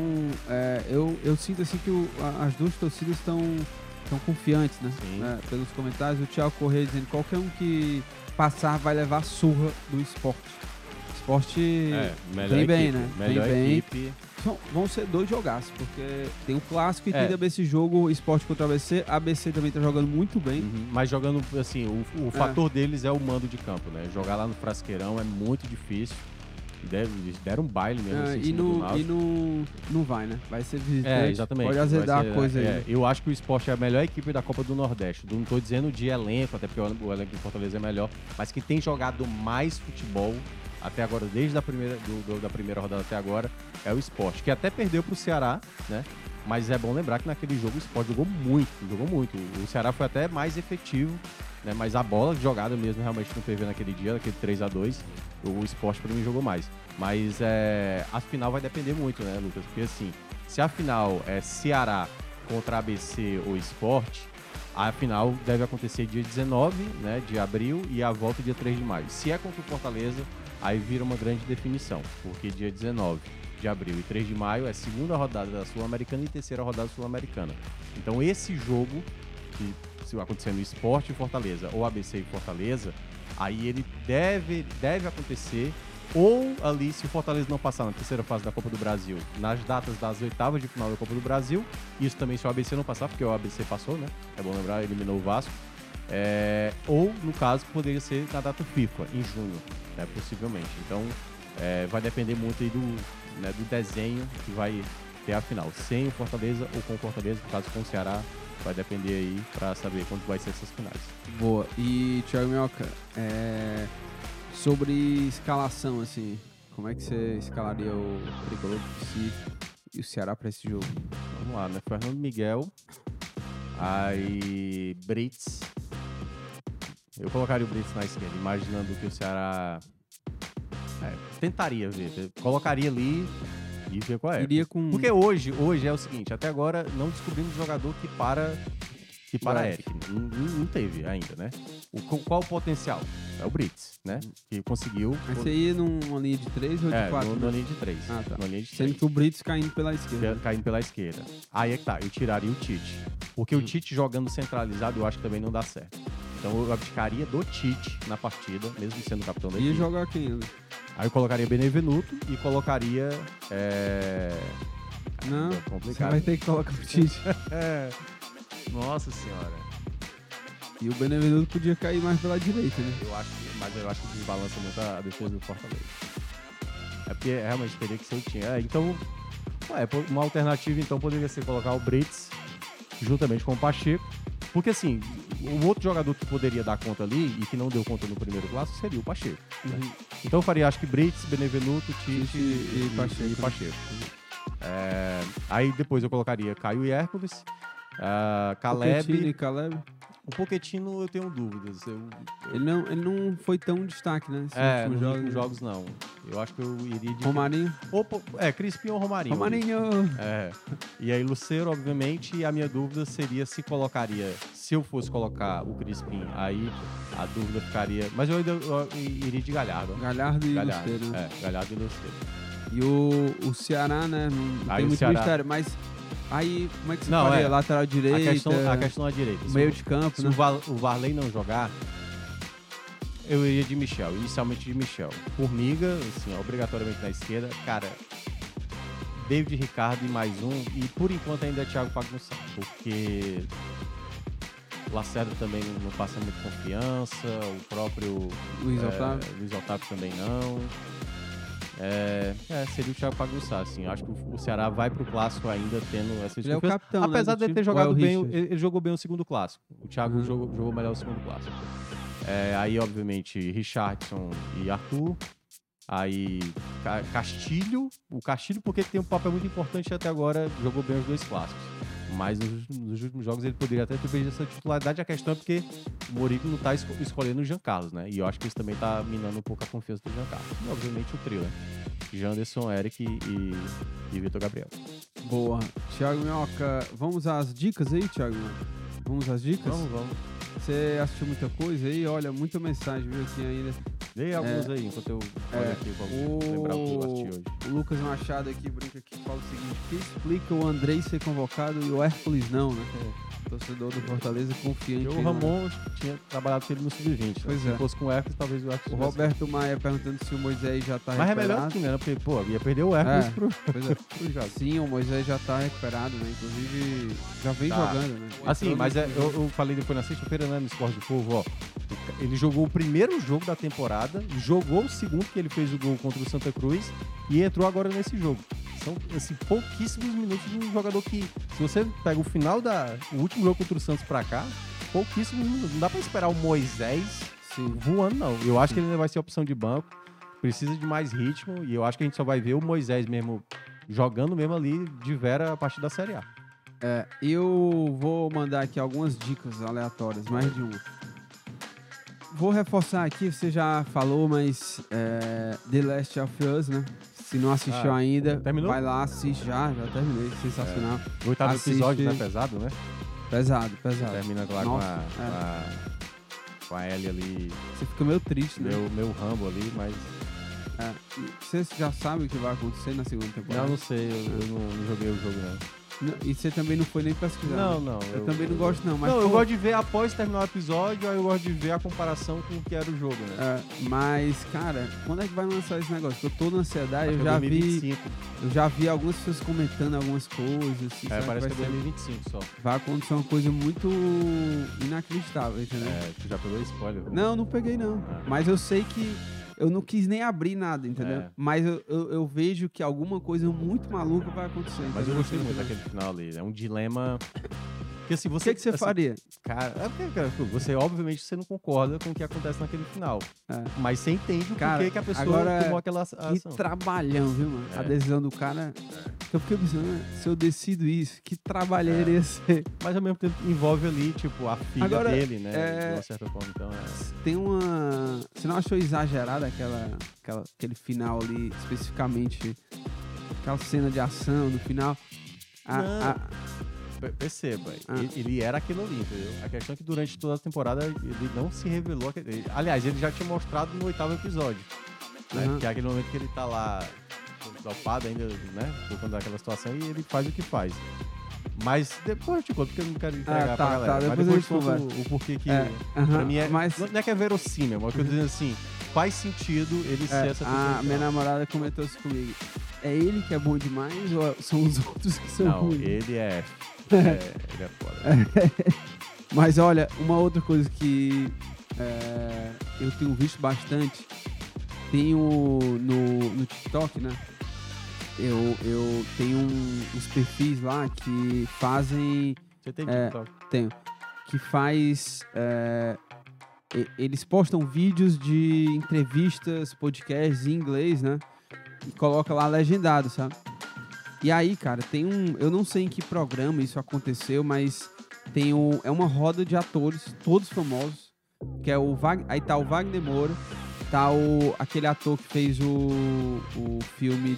A: eu sinto assim que as duas torcidas estão confiantes, né? Pelos comentários, o Thiago Corrêa dizendo: qualquer um que passar vai levar surra do Sport. Sport vem bem, né?
C: Melhor
A: vem bem.
C: equipe.
A: Vão ser 2 jogaços, porque tem o clássico e tem também esse jogo Sport contra ABC. A ABC também tá jogando muito bem.
C: Mas jogando, assim, o fator deles é o mando de campo, né? Jogar lá no Frasqueirão é muito difícil. Deram um baile mesmo. Assim,
A: não vai, né? Vai ser visitante.
C: Exatamente.
A: Pode azedar a coisa aí.
C: Eu acho que o Sport é a melhor equipe da Copa do Nordeste. Não tô dizendo de elenco, até porque o elenco do Fortaleza é melhor, mas que tem jogado mais futebol até agora, desde a da primeira rodada até agora, é o Sport, que até perdeu pro Ceará, né? Mas é bom lembrar que naquele jogo o Sport jogou muito. O Ceará foi até mais efetivo, né? Mas a bola jogada mesmo realmente não teve naquele dia, naquele 3-2. O Sport pra mim jogou mais. Mas a final vai depender muito, né, Lucas? Porque assim, se a final é Ceará contra ABC ou Sport, a final deve acontecer dia 19, né, de abril, e a volta dia 3 de maio. Se é contra o Fortaleza, aí vira uma grande definição, porque dia 19 de abril e 3 de maio é a segunda rodada da Sul-Americana e terceira rodada Sul-Americana. Então esse jogo, que se acontecer no Sport e Fortaleza, ou ABC e Fortaleza, aí ele deve acontecer, ou ali, se o Fortaleza não passar na terceira fase da Copa do Brasil, nas datas das oitavas de final da Copa do Brasil, isso também se o ABC não passar, porque o ABC passou, né? É bom lembrar, eliminou o Vasco. Ou, no caso, poderia ser na data FIFA, em junho, né, possivelmente. Então, vai depender muito aí do desenho que vai ter a final. Sem o Fortaleza ou com o Fortaleza, no caso com o Ceará, vai depender aí pra saber quando vai ser essas finais.
A: Boa. E, Thiago Minhoca, sobre escalação, assim, como é que você escalaria o Tricolor e o Ceará pra esse jogo?
C: Vamos lá, né? Fernando Miguel, aí Brits. Eu colocaria o Brits na esquerda, imaginando que o Ceará tentaria ver, colocaria ali e ver qual é. Porque hoje é o seguinte, até agora não descobrimos jogador que para Eric. Não teve ainda, né? Qual o potencial? É o Brits, né? Que conseguiu...
A: Mas você ia numa linha de 3 ou de 4?
C: Numa linha de 3.
A: Ah, tá.
C: Linha de 3.
A: Sendo que o Brits caindo pela esquerda.
C: Caindo pela esquerda. Aí é que tá, eu tiraria o Tite. Porque o Tite jogando centralizado eu acho que também não dá certo. Então eu abdicaria do Tite na partida, mesmo sendo capitão da equipe.
A: Ia jogar quem?
C: Aí eu colocaria Benevenuto e colocaria...
A: Não,
C: É
A: você
C: complicado.
A: vai ter que colocar o Tite.
C: Nossa senhora.
A: E o Benevenuto podia cair mais pela direita, né?
C: Mas eu acho que desbalança muito a defesa do Fortaleza. É porque realmente teria que ser o time. Então, uma alternativa então poderia ser colocar o Brits juntamente com o Pacheco. Porque assim, o outro jogador que poderia dar conta ali e que não deu conta no primeiro clássico seria o Pacheco. Né? Então eu faria, acho que Brits, Benevenuto, Tite e Pacheco. Aí depois eu colocaria Caio e Hércules,
A: Pochettino e
C: Caleb.
A: Caleb.
C: O Pochettino eu tenho dúvidas.
A: Ele não foi tão destaque, né?
C: Nos últimos jogos não. Eu acho que eu iria de...
A: Romarinho.
C: Crispim ou Romarinho.
A: Romarinho!
C: E aí Lucero, obviamente, e a minha dúvida seria se colocaria... Se eu fosse colocar o Crispim, aí a dúvida ficaria... Mas eu iria de Galhardo.
A: Galhardo e Lucero.
C: Né? Galhardo e Lucero.
A: E o Ceará, né? Não tem muito mistério, mas... Aí, como é que você faria? Lateral direita?
C: A questão é a direita.
A: Meio de campo,
C: se
A: né?
C: o Varley não jogar, eu iria de Michel, inicialmente de Michel. Formiga, assim, obrigatoriamente na esquerda. Cara, David Ricardo e mais um. E por enquanto ainda é Thiago Pagnussá, porque Lacerda também não passa muita confiança, o próprio
A: Luiz
C: Otávio também não. Seria o Thiago Pagnussá, assim. Acho que o Ceará vai pro clássico ainda tendo essa
A: desconfiança. Ele é o capitão,
C: apesar
A: né,
C: dele ter jogado bem,
A: ele
C: jogou bem o segundo clássico. O Thiago jogou melhor o segundo clássico. Aí, obviamente, Richardson e Arthur. Aí, Castilho. O Castilho, porque ele tem um papel muito importante até agora, jogou bem os dois clássicos. Mas nos últimos jogos ele poderia até ter perdido essa titularidade. A questão é porque o Mourinho não tá escolhendo o Jean Carlos, né? E eu acho que isso também tá minando um pouco a confiança do Jean Carlos. E, obviamente, o trio, né? Janderson, Eric e Vitor Gabriel.
A: Boa. Thiago Minhoca, vamos às dicas aí, Thiago? Vamos às dicas?
C: Vamos.
A: Você assistiu muita coisa aí? Olha, muita mensagem, viu, aqui ainda.
C: Dei alguns aí, enquanto eu olho aqui pra lembrar o que eu assisti hoje.
A: O Lucas Machado aqui brinca aqui, fala o seguinte: que explica o Andrei ser convocado e o Hércules não, né? Torcedor do Fortaleza confiante.
C: O Ramon tinha trabalhado com ele no Sub-20.
A: Pois
C: Se fosse com o Hércules, talvez o Hércules...
A: O Roberto Maia perguntando se o Moisés já tá
C: recuperado. Mas é
A: recuperado.
C: melhor que, né? Porque, pô, ia perder o Hércules pro jogo.
A: Sim, o Moisés já tá recuperado, né? Inclusive, já vem jogando, né?
C: Assim, mas eu falei depois na sexta-feira, né, no Esporte do Povo, ó. Ele jogou o primeiro jogo da temporada, jogou o segundo, que ele fez o gol contra o Santa Cruz, e entrou agora nesse jogo. São, assim, pouquíssimos minutos de um jogador que, se você pega o final o último jogo contra o Santos pra cá, pouquíssimos minutos. Não dá pra esperar o Moisés voando, não. Eu acho que ele ainda vai ser opção de banco, precisa de mais ritmo, e eu acho que a gente só vai ver o Moisés mesmo jogando mesmo ali de vera a partir da Série A.
A: Eu vou mandar aqui algumas dicas aleatórias, mais de uma. Vou reforçar aqui, você já falou, mas The Last of Us, né? Se não assistiu ainda,
C: terminou?
A: Vai lá, assiste. Já terminei, sensacional.
C: O oitavo episódio, né? Pesado, né?
A: Pesado.
C: Termina lá com a Ellie ali.
A: Você fica meio triste, né?
C: Meu Rambo ali, mas...
A: Você já sabe o que vai acontecer na segunda temporada?
C: Não sei, eu não joguei o jogo, não.
A: E você também não foi nem pesquisar?
C: Não.
A: Eu também não gosto, não. Mas,
C: eu gosto de ver após terminar o episódio, aí eu gosto de ver a comparação com o que era o jogo, né?
A: Mas, cara, quando é que vai lançar esse negócio? Porque eu tô na ansiedade, eu já vi algumas pessoas comentando algumas coisas. Assim,
C: parece que é 2025 só.
A: Vai acontecer uma coisa muito inacreditável, entendeu?
C: Tu já pegou spoiler?
A: Não peguei, não. Mas eu sei que eu não quis nem abrir nada, entendeu? Mas eu vejo que alguma coisa muito maluca vai acontecer.
C: Mas eu gostei muito daquele final ali. É um dilema... Porque, assim,
A: o que você faria?
C: Cara, você obviamente você não concorda com o que acontece naquele final. Mas você entende o porquê que a pessoa tomou aquela ação.
A: Que trabalhão, viu, mano? A decisão do cara... Eu fiquei pensando, se eu decido isso, que trabalheira ia ser.
C: Mas ao mesmo tempo envolve ali, tipo, a filha dele, né? De uma certa forma, então
A: Tem uma... Você não achou exagerada aquele final ali, especificamente? Aquela cena de ação no final?
C: Perceba, ele era aquilo ali, entendeu? A questão é que durante toda a temporada ele não se revelou. Aliás, ele já tinha mostrado no 8º episódio, né? Que é aquele momento que ele tá lá dopado ainda, né? Por conta daquela situação, e ele faz o que faz. Mas depois eu te conto, porque eu não quero entregar pra galera. Mas depois eu conto o porquê que pra mim não é que é verossímil, mas eu tô dizendo assim, faz sentido ele ser essa pessoa.
A: Minha namorada comentou isso comigo. é ele que é bom demais ou são os outros que são
C: Não,
A: ruins?
C: ele é foda.
A: Mas olha, uma outra coisa que eu tenho visto bastante, tenho no TikTok, né? Eu tenho uns perfis lá que fazem...
C: Você tem TikTok?
A: Tenho. Que faz... eles postam vídeos de entrevistas, podcasts em inglês, né? E coloca lá legendado, sabe? E aí, cara, tem eu não sei em que programa isso aconteceu, mas é uma roda de atores, todos famosos, que é aí tá o Wagner Moura, tá aquele ator que fez o filme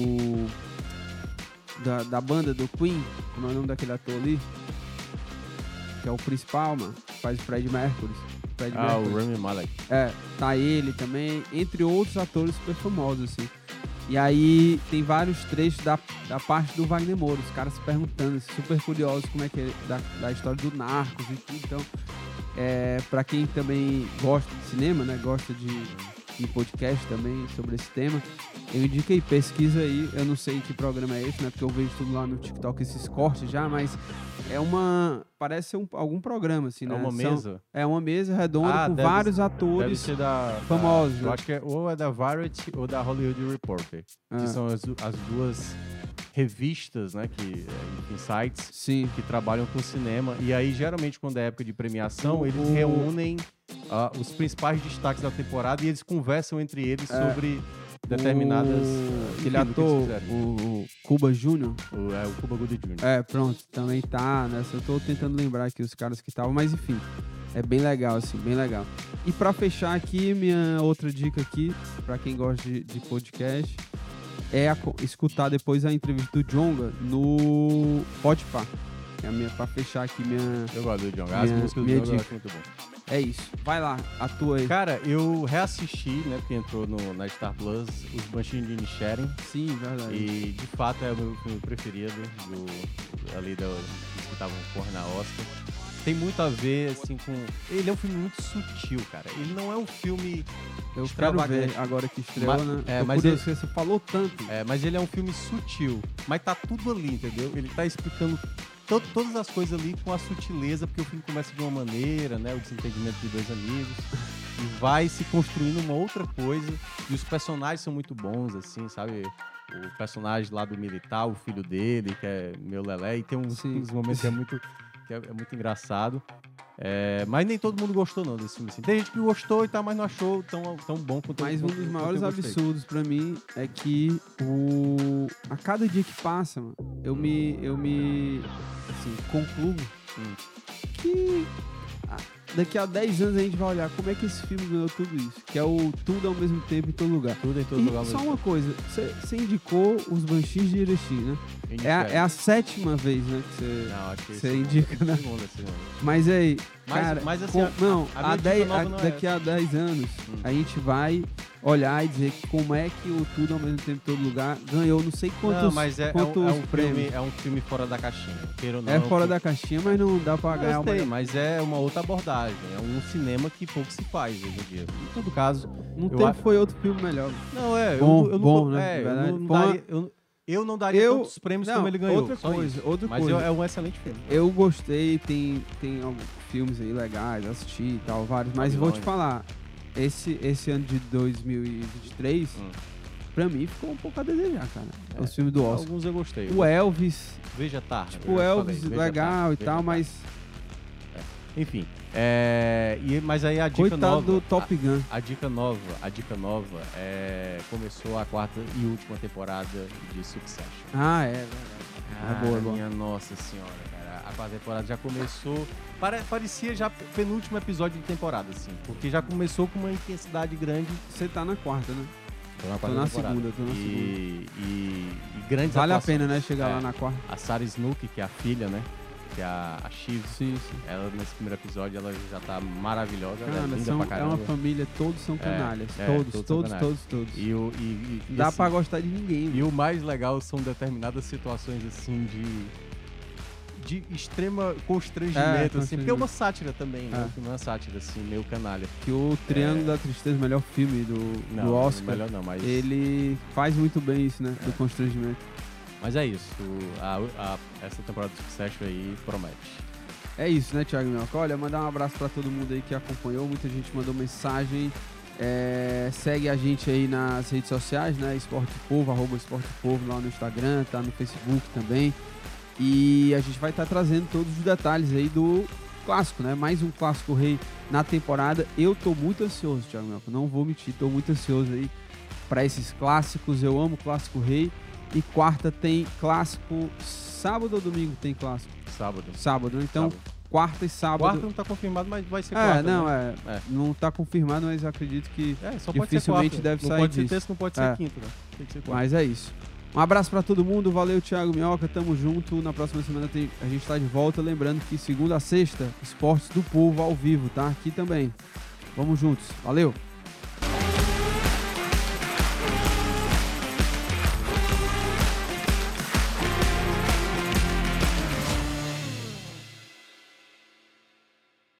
A: da banda do Queen, como é o nome daquele ator ali? Que é o principal, mano, que faz o Fred Mercury.
C: O Rami Malek.
A: Tá ele também, entre outros atores super famosos, assim. E aí tem vários trechos da parte do Wagner Moura, os caras se perguntando, assim, super curiosos como é que é da história do Narcos e tudo. Então, pra quem também gosta de cinema, né, gosta de podcast também sobre esse tema, eu indico aí, pesquisa aí, eu não sei que programa é esse, né, porque eu vejo tudo lá no TikTok, esses cortes já, mas parece ser algum programa, assim, né?
C: É uma mesa?
A: É uma mesa redonda com vários atores famosos.
C: Eu acho que ou é da Variety ou da Hollywood Reporter, que são as duas revistas, né, em sites,
A: sim,
C: que trabalham com cinema. E aí, geralmente, quando é época de premiação, eles reúnem os principais destaques da temporada e eles conversam entre eles sobre determinadas...
A: Aquele ator, o Cuba Júnior.
C: O Cuba Gooding Jr.
A: Pronto, também tá nessa. Eu tô tentando lembrar aqui os caras que estavam, mas enfim, é bem legal, assim, bem legal. E pra fechar aqui, minha outra dica aqui, pra quem gosta de podcast, é escutar depois a entrevista do Djonga no Podpah. Pra fechar aqui minha...
C: Eu gosto do Djonga, as músicas do Djonga eu acho muito bom.
A: É isso. Vai lá, atua aí.
C: Cara, eu reassisti, né, porque entrou na Star Plus, os Banshees de Inisherin.
A: Sim, verdade.
C: E, de fato, é o meu filme preferido, que estavam correndo na Oscar. Tem muito a ver, assim, com... Ele é um filme muito sutil, cara. Ele não é um filme extravagante.
A: Quero ver agora que estreou, né?
C: Mas
A: você falou tanto.
C: Mas ele é um filme sutil. Mas tá tudo ali, entendeu? Ele tá explicando todas as coisas ali com a sutileza, porque o filme começa de uma maneira, né? O desentendimento de dois amigos. E vai se construindo uma outra coisa. E os personagens são muito bons, assim, sabe? O personagem lá do militar, o filho dele, que é meu lelé. E tem uns momentos que é muito engraçado. Mas nem todo mundo gostou, não, desse filme. Assim. Tem gente que gostou e tal, mas não achou tão bom quanto
A: Mas um dos maiores absurdos pra mim é que a cada dia que passa, mano, eu me assim, concluo que daqui a 10 anos a gente vai olhar como é que esse filme ganhou tudo isso. Que é o tudo ao mesmo tempo em todo lugar.
C: Tudo em todo lugar.
A: Só uma coisa, você indicou os Banshees de Inisherin, né? É a 7ª vez, né, que você indica, né? Mas aí, cara,
C: mas assim,
A: daqui a 10 anos, a gente vai olhar e dizer como é que o Tudo ao mesmo tempo em todo lugar ganhou não sei quantos,
C: não, mas
A: prêmios.
C: É um filme fora da caixinha.
A: Fora da caixinha, mas não dá pra ganhar
C: uma... Mas é uma outra abordagem. É um cinema que pouco se faz hoje em dia. Em todo caso...
A: Foi outro filme melhor.
C: Não,
A: Bom, né?
C: Eu não daria tantos prêmios como ele ganhou.
A: Outra coisa.
C: Mas é um excelente filme.
A: Eu gostei, tem alguns filmes aí legais, assisti e tal, vários. Mas vou te falar, esse ano de 2023, pra mim ficou um pouco a desejar, cara. Os filmes do Oscar.
C: Alguns eu gostei.
A: O Elvis.
C: Veja tarde.
A: Tipo, o Elvis, legal e tal, mas...
C: Enfim. Mas aí a dica
A: Coitado
C: nova...
A: do Top Gun.
C: A dica nova começou a 4ª e última temporada de Succession.
A: É verdade.
C: Minha nossa senhora, cara. A 4ª temporada já começou... Parecia já penúltimo episódio de temporada, assim. Porque já começou com uma intensidade grande.
A: Você tá na 4ª, né?
C: Tô na segunda. E grandes
A: vale
C: atuações.
A: a pena, né? Chegar lá na 4ª.
C: A Sarah Snook, que é a filha, né? Que é a Shiv.
A: Sim.
C: Ela, nesse primeiro episódio, ela já tá maravilhosa.
A: Cara,
C: ela é linda pra caramba.
A: É uma família, todos são canalhas. Todos.
C: E
A: dá
C: assim,
A: pra gostar de ninguém.
C: E o mais legal são determinadas situações, assim, de extrema constrangimento, assim, porque é uma
A: constrangimento.
C: sátira também, né? O filme é uma sátira, assim, meio canalha.
A: Que o Triângulo da Tristeza, o melhor filme do Oscar,
C: melhor não, mas...
A: ele faz muito bem isso, né? Do constrangimento.
C: Mas é isso, essa temporada do Succession aí promete.
A: É isso, né, Thiago Minhoca? Olha, mandar um abraço pra todo mundo aí que acompanhou. Muita gente mandou mensagem. Segue a gente aí nas redes sociais, né? Esporte Povo, @esportepovo lá no Instagram, tá no Facebook também. E a gente vai estar trazendo todos os detalhes aí do clássico, né? Mais um clássico rei na temporada. Eu tô muito ansioso, Thiago Minhoca. Não vou mentir, tô muito ansioso aí pra esses clássicos. Eu amo clássico rei. E quarta tem clássico. Sábado ou domingo tem clássico? Sábado, né? Então, quarta e sábado.
C: Quarta não tá confirmado, mas vai ser quarta.
A: Não tá confirmado, mas eu acredito que
C: só pode
A: dificilmente
C: ser
A: deve
C: não
A: sair
C: pode
A: disso.
C: ser terça, não pode ser quinta, né? Tem que ser quarta.
A: Mas é isso. Um abraço pra todo mundo, valeu Thiago Minhoca, tamo junto. Na próxima semana a gente tá de volta. Lembrando que segunda a sexta, Esportes do Povo ao vivo, tá? Aqui também. Vamos juntos, valeu!